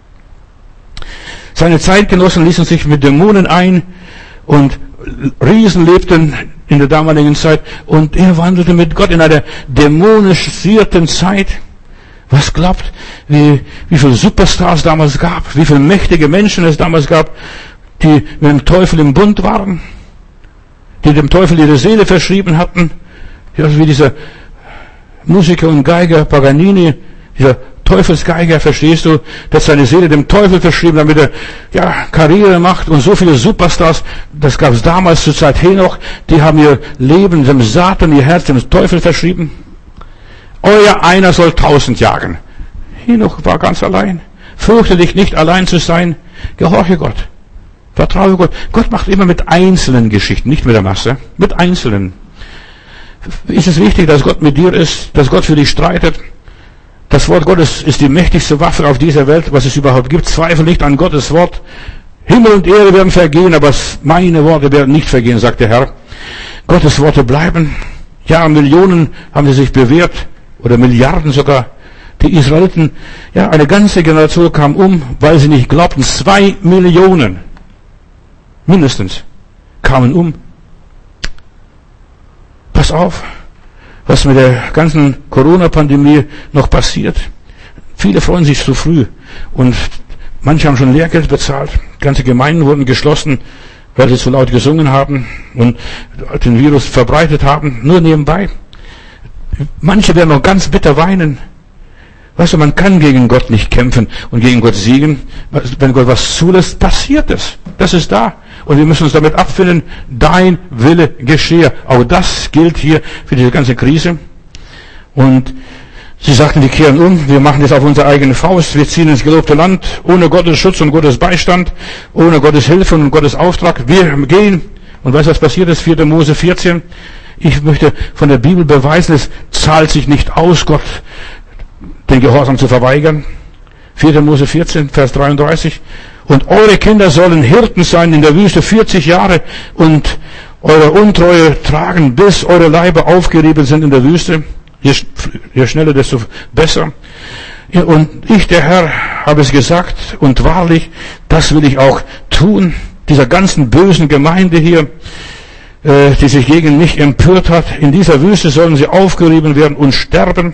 Seine Zeitgenossen ließen sich mit Dämonen ein und Riesen lebten in der damaligen Zeit und er wandelte mit Gott in einer dämonisierten Zeit. Was glaubt, wie viele Superstars damals gab, wie viele mächtige Menschen es damals gab, die mit dem Teufel im Bund waren, die dem Teufel ihre Seele verschrieben hatten, ja, wie dieser Musiker und Geiger Paganini, dieser Teufelsgeiger, verstehst du, dass seine Seele dem Teufel verschrieben, damit er Karriere macht und so viele Superstars, das gab es damals zur Zeit Henoch, die haben ihr Leben dem Satan, ihr Herz dem Teufel verschrieben. Euer einer soll 1000 jagen. Henoch war ganz allein. Fürchte dich nicht, allein zu sein. Gehorche Gott. Vertraue Gott. Gott macht immer mit einzelnen Geschichten, nicht mit der Masse. Mit einzelnen. Ist es wichtig, dass Gott mit dir ist, dass Gott für dich streitet? Das Wort Gottes ist die mächtigste Waffe auf dieser Welt, was es überhaupt gibt. Zweifel nicht an Gottes Wort. Himmel und Erde werden vergehen, aber meine Worte werden nicht vergehen, sagt der Herr. Gottes Worte bleiben. Ja, Millionen haben sie sich bewährt, oder Milliarden sogar. Die Israeliten, ja, eine ganze Generation kam um, weil sie nicht glaubten. 2 Millionen, mindestens, kamen um. Pass auf, was mit der ganzen Corona-Pandemie noch passiert. Viele freuen sich zu früh und manche haben schon Lehrgeld bezahlt. Ganze Gemeinden wurden geschlossen, weil sie zu laut gesungen haben und den Virus verbreitet haben, nur nebenbei. Manche werden noch ganz bitter weinen. Weißt du, man kann gegen Gott nicht kämpfen und gegen Gott siegen. Wenn Gott was zulässt, passiert es. Das ist da. Und wir müssen uns damit abfinden, dein Wille geschehe. Auch das gilt hier für diese ganze Krise. Und sie sagten, wir kehren um, wir machen das auf unsere eigene Faust, wir ziehen ins gelobte Land, ohne Gottes Schutz und Gottes Beistand, ohne Gottes Hilfe und Gottes Auftrag. Wir gehen. Und weißt du, was passiert ist? 4. Mose 14. Ich möchte von der Bibel beweisen, es zahlt sich nicht aus, Gott den Gehorsam zu verweigern. 4. Mose 14, Vers 33. Und eure Kinder sollen Hirten sein in der Wüste 40 Jahre und eure Untreue tragen, bis eure Leiber aufgerieben sind in der Wüste. Je schneller, desto besser. Und ich, der Herr, habe es gesagt und wahrlich, das will ich auch tun. Dieser ganzen bösen Gemeinde hier, die sich gegen mich empört hat, in dieser Wüste sollen sie aufgerieben werden und sterben.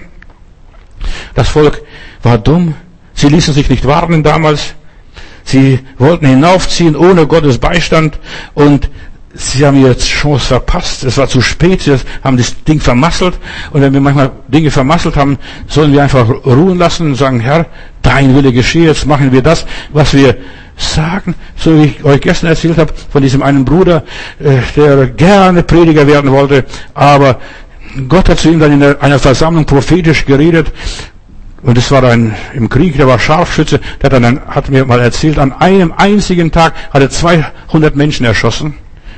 Das Volk war dumm. Sie ließen sich nicht warnen damals. Sie wollten hinaufziehen ohne Gottes Beistand und sie haben ihre Chance verpasst. Es war zu spät. Sie haben das Ding vermasselt. Und wenn wir manchmal Dinge vermasselt haben, sollen wir einfach ruhen lassen und sagen, Herr, dein Wille geschehe. Jetzt machen wir das, was wir sagen. So wie ich euch gestern erzählt habe von diesem einen Bruder, der gerne Prediger werden wollte, aber Gott hat zu ihm dann in einer Versammlung prophetisch geredet. Und es war im Krieg, der war Scharfschütze, hat mir mal erzählt, an einem einzigen Tag hat er 200 Menschen erschossen.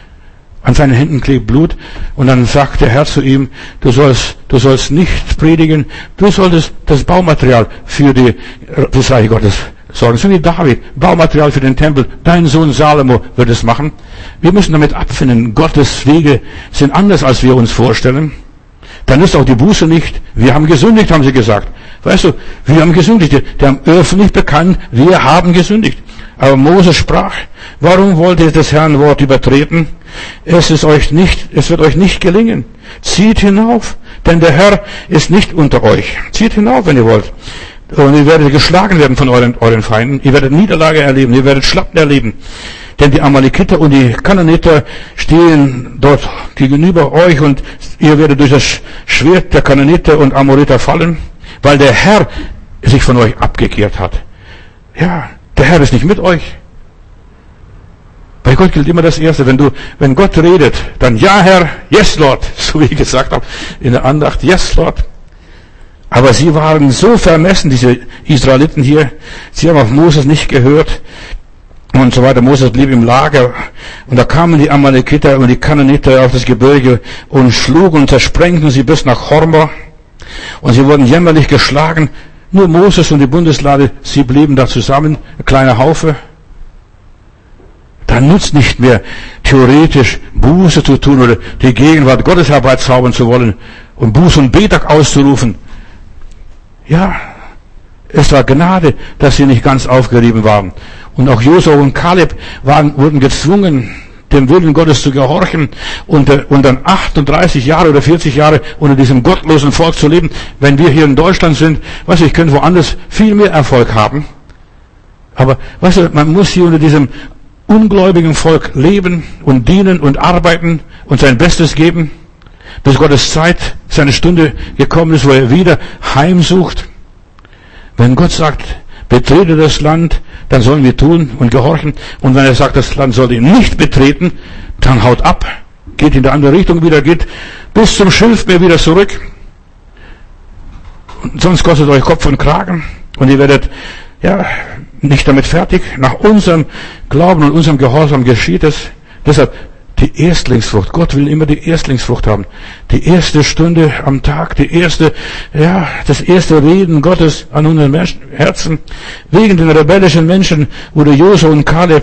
An seinen Händen klebt Blut. Und dann sagt der Herr zu ihm, du sollst nicht predigen, du solltest das Baumaterial für das Reich Gottes sorgen. So wie David, Baumaterial für den Tempel. Dein Sohn Salomo wird es machen. Wir müssen damit abfinden, Gottes Wege sind anders, als wir uns vorstellen. Dann ist auch die Buße nicht. Wir haben gesündigt, haben sie gesagt. Weißt du, wir haben gesündigt. Die haben öffentlich bekannt, wir haben gesündigt. Aber Mose sprach, warum wollt ihr das Herrn Wort übertreten? Es wird euch nicht gelingen. Zieht hinauf, denn der Herr ist nicht unter euch. Zieht hinauf, wenn ihr wollt. Und ihr werdet geschlagen werden von euren Feinden. Ihr werdet Niederlage erleben. Ihr werdet Schlachten erleben. Denn die Amalekiter und die Kananiter stehen dort gegenüber euch und ihr werdet durch das Schwert der Kananiter und Amoriter fallen. weil der Herr sich von euch abgekehrt hat. Ja, der Herr ist nicht mit euch. Bei Gott gilt immer das Erste. Wenn Gott redet, dann ja, Herr, yes, Lord. So wie ich gesagt habe in der Andacht, yes, Lord. Aber sie waren so vermessen, diese Israeliten hier. Sie haben auf Moses nicht gehört und so weiter. Moses blieb im Lager und da kamen die Amalekiter und die Kananiter auf das Gebirge und schlugen und zersprengten sie bis nach Horma und sie wurden jämmerlich geschlagen. Nur Moses und die Bundeslade, sie blieben da zusammen, ein kleiner Haufe. Da nutzt nicht mehr theoretisch Buße zu tun oder die Gegenwart Gottes herbeizaubern zu wollen und Buße und Betag auszurufen. Ja, es war Gnade, dass sie nicht ganz aufgerieben waren. Und auch Josua und Kaleb wurden gezwungen, dem Willen Gottes zu gehorchen und dann 38 Jahre oder 40 Jahre unter diesem gottlosen Volk zu leben. Wenn wir hier in Deutschland sind, ich könnte woanders viel mehr Erfolg haben. Aber man muss hier unter diesem ungläubigen Volk leben und dienen und arbeiten und sein Bestes geben, bis Gottes Zeit, seine Stunde gekommen ist, wo er wieder heimsucht. Wenn Gott sagt, betrete das Land, dann sollen wir tun und gehorchen. Und wenn er sagt, das Land soll ihn nicht betreten, dann haut ab, geht in die andere Richtung wieder, geht bis zum Schilfmeer wieder zurück. Und sonst kostet euch Kopf und Kragen und ihr werdet, nicht damit fertig. Nach unserem Glauben und unserem Gehorsam geschieht es. Deshalb die Erstlingsfrucht. Gott will immer die Erstlingsfrucht haben. Die erste Stunde am Tag, das erste Reden Gottes an unseren Herzen. Wegen den rebellischen Menschen wurde Josua und Kaleb,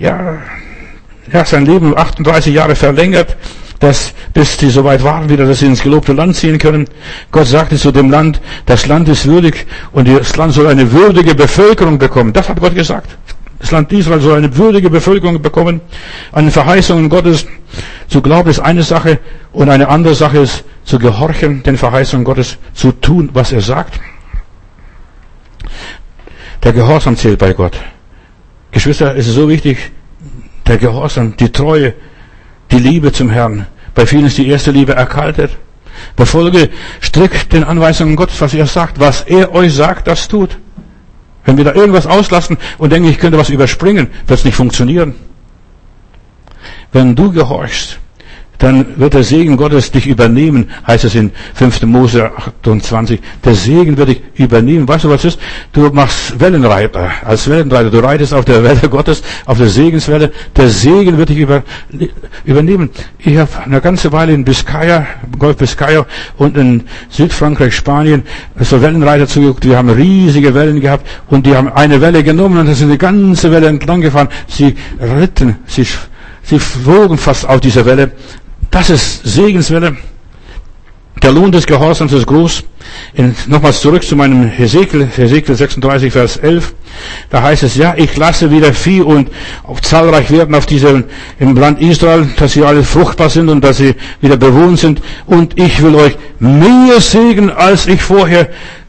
sein Leben 38 Jahre verlängert, bis sie soweit waren wieder, dass sie ins gelobte Land ziehen können. Gott sagte zu dem Land, das Land ist würdig und das Land soll eine würdige Bevölkerung bekommen. Das hat Gott gesagt. Das Land Israel soll eine würdige Bevölkerung bekommen. An den Verheißungen Gottes zu glauben ist eine Sache und eine andere Sache ist zu gehorchen, den Verheißungen Gottes zu tun, was er sagt. Der Gehorsam zählt bei Gott. Geschwister, es ist so wichtig, der Gehorsam, die Treue, die Liebe zum Herrn. Bei vielen ist die erste Liebe erkaltet. Befolge strikt den Anweisungen Gottes, was er sagt. Was er euch sagt, das tut. Wenn wir da irgendwas auslassen und denken, ich könnte was überspringen, wird es nicht funktionieren. Wenn du gehorchst, dann wird der Segen Gottes dich übernehmen, heißt es in 5. Mose 28. Der Segen wird dich übernehmen. Weißt du, was ist? Du machst Wellenreiter, als Wellenreiter. Du reitest auf der Welle Gottes, auf der Segenswelle. Der Segen wird dich übernehmen. Ich habe eine ganze Weile in Biscaya, Golf Biscaya und in Südfrankreich, Spanien, so Wellenreiter zugeguckt. Wir haben riesige Wellen gehabt und die haben eine Welle genommen und sind die ganze Welle entlang gefahren. Sie ritten, sie flogen fast auf dieser Welle. Das ist Segenswelle. Der Lohn des Gehorsams ist groß. Nochmals zurück zu meinem Hesekiel 36, Vers 11. Da heißt es, ich lasse wieder Vieh und zahlreich werden im Land Israel, dass sie alle fruchtbar sind und dass sie wieder bewohnt sind. Und ich will euch mehr segnen, als ich vorher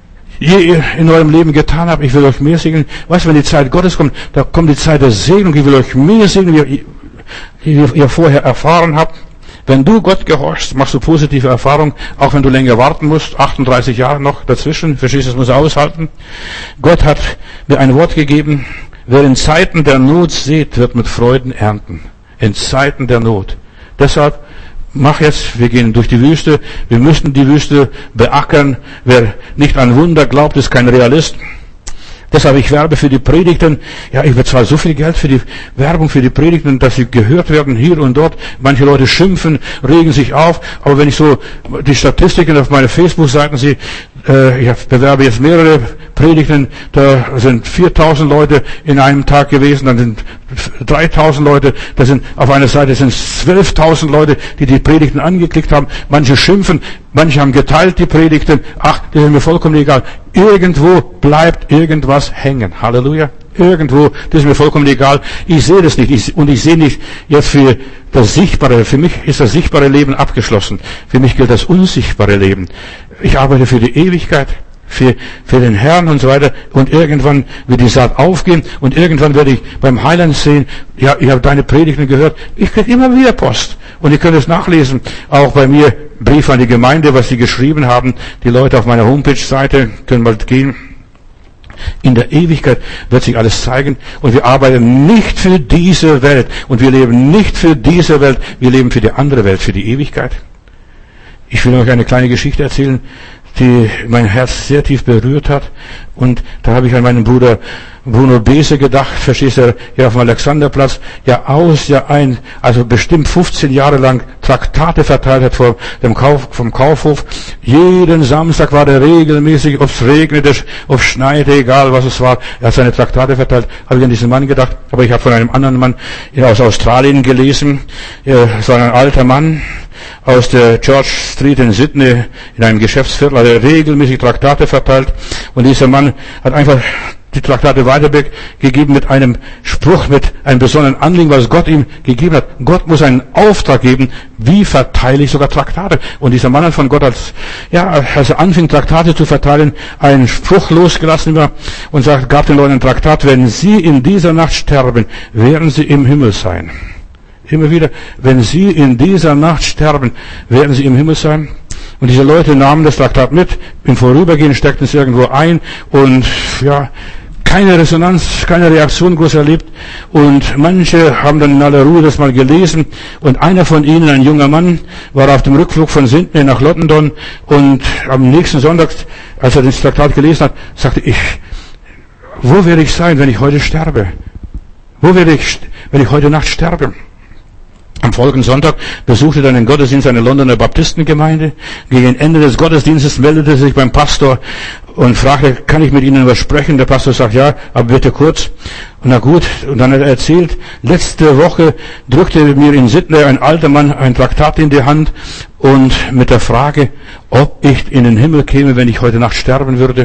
je in eurem Leben getan habe. Ich will euch mehr segnen. Weißt du, wenn die Zeit Gottes kommt, da kommt die Zeit der Segnung. Ich will euch mehr segnen, wie ihr vorher erfahren habt. Wenn du Gott gehorchst, machst du positive Erfahrungen, auch wenn du länger warten musst, 38 Jahre noch dazwischen, verstehst du, das muss er aushalten. Gott hat mir ein Wort gegeben, wer in Zeiten der Not sät, wird mit Freuden ernten. In Zeiten der Not. Deshalb, mach jetzt, wir gehen durch die Wüste, wir müssen die Wüste beackern. Wer nicht an Wunder glaubt, ist kein Realist. Deshalb, ich werbe für die Predigten. Ich bezahle so viel Geld für die Werbung, für die Predigten, dass sie gehört werden hier und dort. Manche Leute schimpfen, regen sich auf. Aber wenn ich so die Statistiken auf meine Facebook-Seiten sehe, ich bewerbe jetzt mehrere Predigten, da sind 4.000 Leute in einem Tag gewesen, dann sind 3.000 Leute, da sind auf einer Seite sind 12.000 Leute, die die Predigten angeklickt haben. Manche schimpfen, manche haben geteilt die Predigten. Das ist mir vollkommen egal. Irgendwo bleibt irgendwas hängen. Halleluja. Irgendwo, das ist mir vollkommen egal. Ich sehe das nicht. Und ich sehe nicht jetzt für das Sichtbare. Für mich ist das sichtbare Leben abgeschlossen. Für mich gilt das unsichtbare Leben. Ich arbeite für die Ewigkeit, für den Herrn und so weiter. Und irgendwann wird die Saat aufgehen. Und irgendwann werde ich beim Heiland sehen, ich habe deine Predigten gehört. Ich kriege immer wieder Post. Und ihr könnt es nachlesen. Auch bei mir Brief an die Gemeinde, was sie geschrieben haben. Die Leute auf meiner Homepage-Seite können mal gehen. In der Ewigkeit wird sich alles zeigen und wir arbeiten nicht für diese Welt und wir leben nicht für diese Welt, wir leben für die andere Welt, für die Ewigkeit. Ich will euch eine kleine Geschichte erzählen, die mein Herz sehr tief berührt hat. Und da habe ich an meinen Bruder Bruno Bese gedacht, verstehst du, hier auf dem Alexanderplatz, ja aus, ja ein, also bestimmt 15 Jahre lang Traktate verteilt hat vom Kaufhof. Jeden Samstag war er regelmäßig, ob es regnete, ob es schneite, egal was es war, er hat seine Traktate verteilt. Habe ich an diesen Mann gedacht, aber ich habe von einem anderen Mann aus Australien gelesen. Es war ein alter Mann aus der George Street in Sydney, in einem Geschäftsviertel, hat er regelmäßig Traktate verteilt. Und dieser Mann hat einfach die Traktate weitergegeben mit einem Spruch, mit einem besonderen Anliegen, was Gott ihm gegeben hat. Gott muss einen Auftrag geben, wie verteile ich sogar Traktate. Und dieser Mann hat von Gott, als er anfing, Traktate zu verteilen, einen Spruch losgelassen und gab den Leuten ein Traktat, wenn sie in dieser Nacht sterben, werden sie im Himmel sein. Immer wieder, wenn sie in dieser Nacht sterben, werden sie im Himmel sein. Und diese Leute nahmen das Traktat mit, im Vorübergehen steckten es irgendwo ein und ja, keine Resonanz, keine Reaktion groß erlebt. Und manche haben dann in aller Ruhe das mal gelesen. Und einer von ihnen, ein junger Mann, war auf dem Rückflug von Sydney nach London. Und am nächsten Sonntag, als er das Traktat gelesen hat, sagte ich, wo werde ich sein, wenn ich heute sterbe? Wo werde ich, wenn ich heute Nacht sterbe? Am folgenden Sonntag besuchte er den Gottesdienst einer Londoner Baptistengemeinde. Gegen Ende des Gottesdienstes meldete er sich beim Pastor und fragte, kann ich mit Ihnen was sprechen? Der Pastor sagt, ja, aber bitte kurz. Und na gut, und dann hat er erzählt, letzte Woche drückte mir in Sydney ein alter Mann ein Traktat in die Hand und mit der Frage, ob ich in den Himmel käme, wenn ich heute Nacht sterben würde.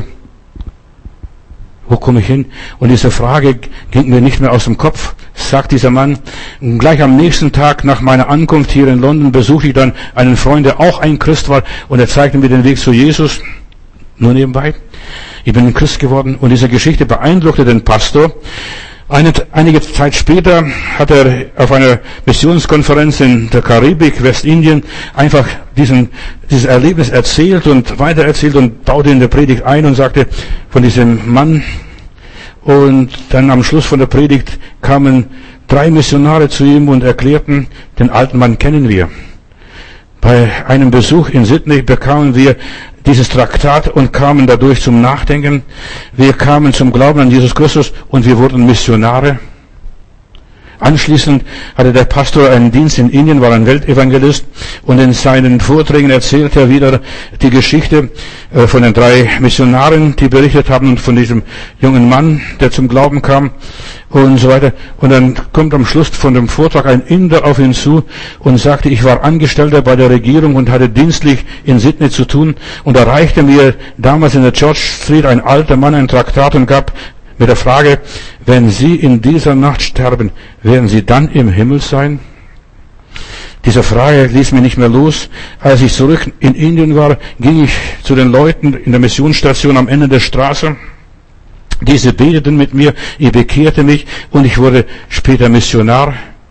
Wo komme ich hin? Und diese Frage ging mir nicht mehr aus dem Kopf, sagt dieser Mann. Und gleich am nächsten Tag nach meiner Ankunft hier in London besuchte ich dann einen Freund, der auch ein Christ war, und er zeigte mir den Weg zu Jesus. Nur nebenbei. Ich bin ein Christ geworden und diese Geschichte beeindruckte den Pastor. Einige Zeit später hat er auf einer Missionskonferenz in der Karibik, Westindien, einfach dieses Erlebnis erzählt und weitererzählt und baute in der Predigt ein und sagte von diesem Mann. Und dann am Schluss von der Predigt kamen 3 Missionare zu ihm und erklärten, den alten Mann kennen wir. Bei einem Besuch in Sydney bekamen wir dieses Traktat und kamen dadurch zum Nachdenken. Wir kamen zum Glauben an Jesus Christus und wir wurden Missionare. Anschließend hatte der Pastor einen Dienst in Indien, war ein Weltevangelist, und in seinen Vorträgen erzählte er wieder die Geschichte von den 3 Missionaren, die berichtet haben, und von diesem jungen Mann, der zum Glauben kam und so weiter. Und dann kommt am Schluss von dem Vortrag ein Inder auf ihn zu und sagte, ich war Angestellter bei der Regierung und hatte dienstlich in Sydney zu tun, und da reichte mir damals in der George Street ein alter Mann ein Traktat und gab mit der Frage, wenn Sie in dieser Nacht sterben, werden Sie dann im Himmel sein? Diese Frage ließ mich nicht mehr los. Als ich zurück in Indien war, ging ich zu den Leuten in der Missionsstation am Ende der Straße. Diese beteten mit mir, ich bekehrte mich und ich wurde später Missionar.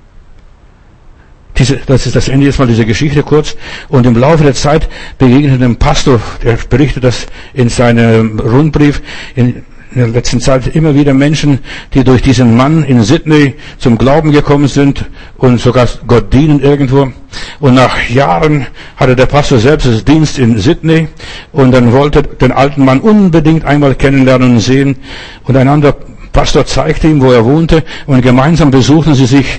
Das ist das Ende jetzt mal dieser Geschichte kurz. Und im Laufe der Zeit begegnete dem Pastor, der berichtet das in seinem Rundbrief, in der letzten Zeit immer wieder Menschen, die durch diesen Mann in Sydney zum Glauben gekommen sind und sogar Gott dienen irgendwo. Und nach Jahren hatte der Pastor selbst das Dienst in Sydney und dann wollte den alten Mann unbedingt einmal kennenlernen und sehen. Und ein anderer Pastor zeigte ihm, wo er wohnte, und gemeinsam besuchten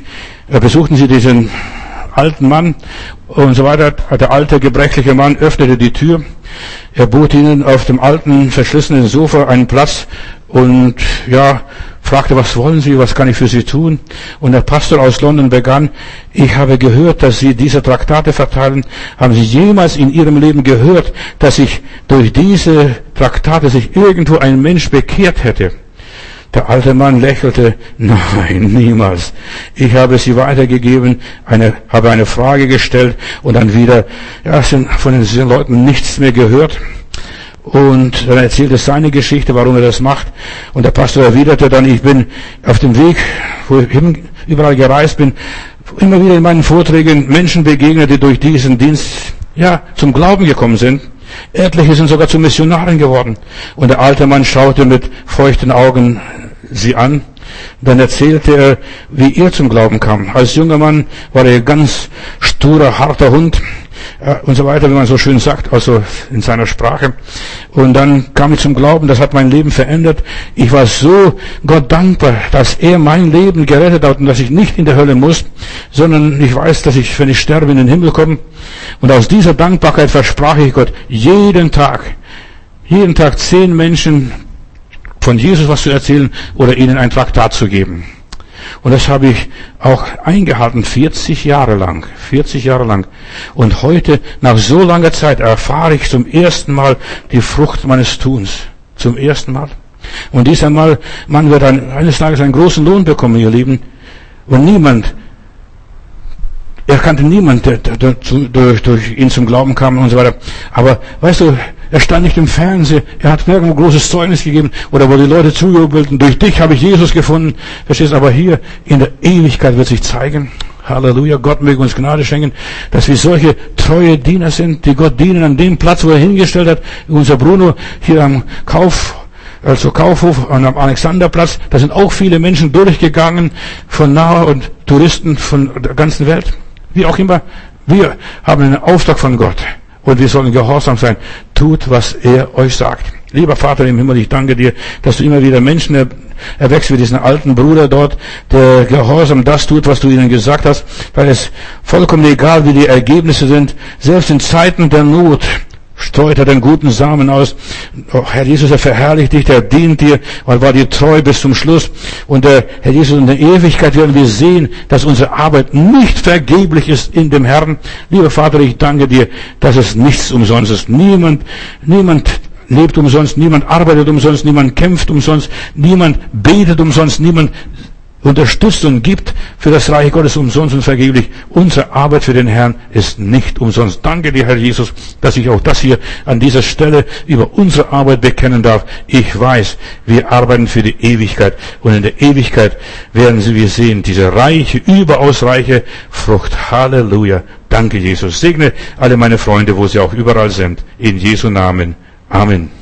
sie diesen alten Mann und so weiter. Der alte, gebrechliche Mann öffnete die Tür. Er bot ihnen auf dem alten, verschlissenen Sofa einen Platz und fragte, was wollen Sie, was kann ich für Sie tun? Und der Pastor aus London begann, ich habe gehört, dass Sie diese Traktate verteilen. Haben Sie jemals in Ihrem Leben gehört, dass sich durch diese Traktate sich irgendwo ein Mensch bekehrt hätte? Der alte Mann lächelte, nein, niemals. Ich habe sie weitergegeben, habe eine Frage gestellt und dann wieder, von diesen Leuten nichts mehr gehört. Und dann erzählte seine Geschichte, warum er das macht. Und der Pastor erwiderte dann, ich bin auf dem Weg, wo ich überall gereist bin, immer wieder in meinen Vorträgen Menschen begegnet, die durch diesen Dienst ja, zum Glauben gekommen sind. Etliche sind sogar zu Missionaren geworden. Und der alte Mann schaute mit feuchten Augen sie an. Dann erzählte er, wie er zum Glauben kam. Als junger Mann war er ganz sturer, harter Hund und so weiter, wie man so schön sagt, also in seiner Sprache. Und dann kam ich zum Glauben, das hat mein Leben verändert. Ich war so Gott dankbar, dass er mein Leben gerettet hat und dass ich nicht in der Hölle muss, sondern ich weiß, dass ich, wenn ich sterbe, in den Himmel komme. Und aus dieser Dankbarkeit versprach ich Gott, jeden Tag 10 Menschen von Jesus was zu erzählen oder ihnen ein Traktat zu geben. Und das habe ich auch eingehalten, 40 Jahre lang. Und heute, nach so langer Zeit, erfahre ich zum ersten Mal die Frucht meines Tuns. Zum ersten Mal. Und dieser Mann wird eines Tages einen großen Lohn bekommen, ihr Lieben. Und er kannte niemand, der durch ihn zum Glauben kam und so weiter. Aber, weißt du, er stand nicht im Fernsehen, er hat nirgendwo großes Zeugnis gegeben, oder wo die Leute zujubelten, durch dich habe ich Jesus gefunden. Verstehst du, aber hier in der Ewigkeit wird sich zeigen, Halleluja, Gott möge uns Gnade schenken, dass wir solche treue Diener sind, die Gott dienen an dem Platz, wo er hingestellt hat. Unser Bruno hier am Kaufhof und am Alexanderplatz, da sind auch viele Menschen durchgegangen, von nahe und Touristen von der ganzen Welt. Wie auch immer, wir haben einen Auftrag von Gott. Und wir sollen gehorsam sein. Tut, was er euch sagt. Lieber Vater im Himmel, ich danke dir, dass du immer wieder Menschen erwächst wie diesen alten Bruder dort, der gehorsam das tut, was du ihnen gesagt hast, weil es vollkommen egal, wie die Ergebnisse sind. Selbst in Zeiten der Not streut er den guten Samen aus. Oh, Herr Jesus, er verherrlicht dich, er dient dir, weil war dir treu bis zum Schluss. Und Herr Jesus, in der Ewigkeit werden wir sehen, dass unsere Arbeit nicht vergeblich ist in dem Herrn. Lieber Vater, ich danke dir, dass es nichts umsonst ist. Niemand lebt umsonst, niemand arbeitet umsonst, niemand kämpft umsonst, niemand betet umsonst, niemand unterstützt und gibt für das Reich Gottes umsonst und vergeblich. Unsere Arbeit für den Herrn ist nicht umsonst. Danke dir, Herr Jesus, dass ich auch das hier an dieser Stelle über unsere Arbeit bekennen darf. Ich weiß, wir arbeiten für die Ewigkeit und in der Ewigkeit werden wir sehen, diese reiche, überaus reiche Frucht. Halleluja. Danke, Jesus. Segne alle meine Freunde, wo sie auch überall sind. In Jesu Namen. Amen.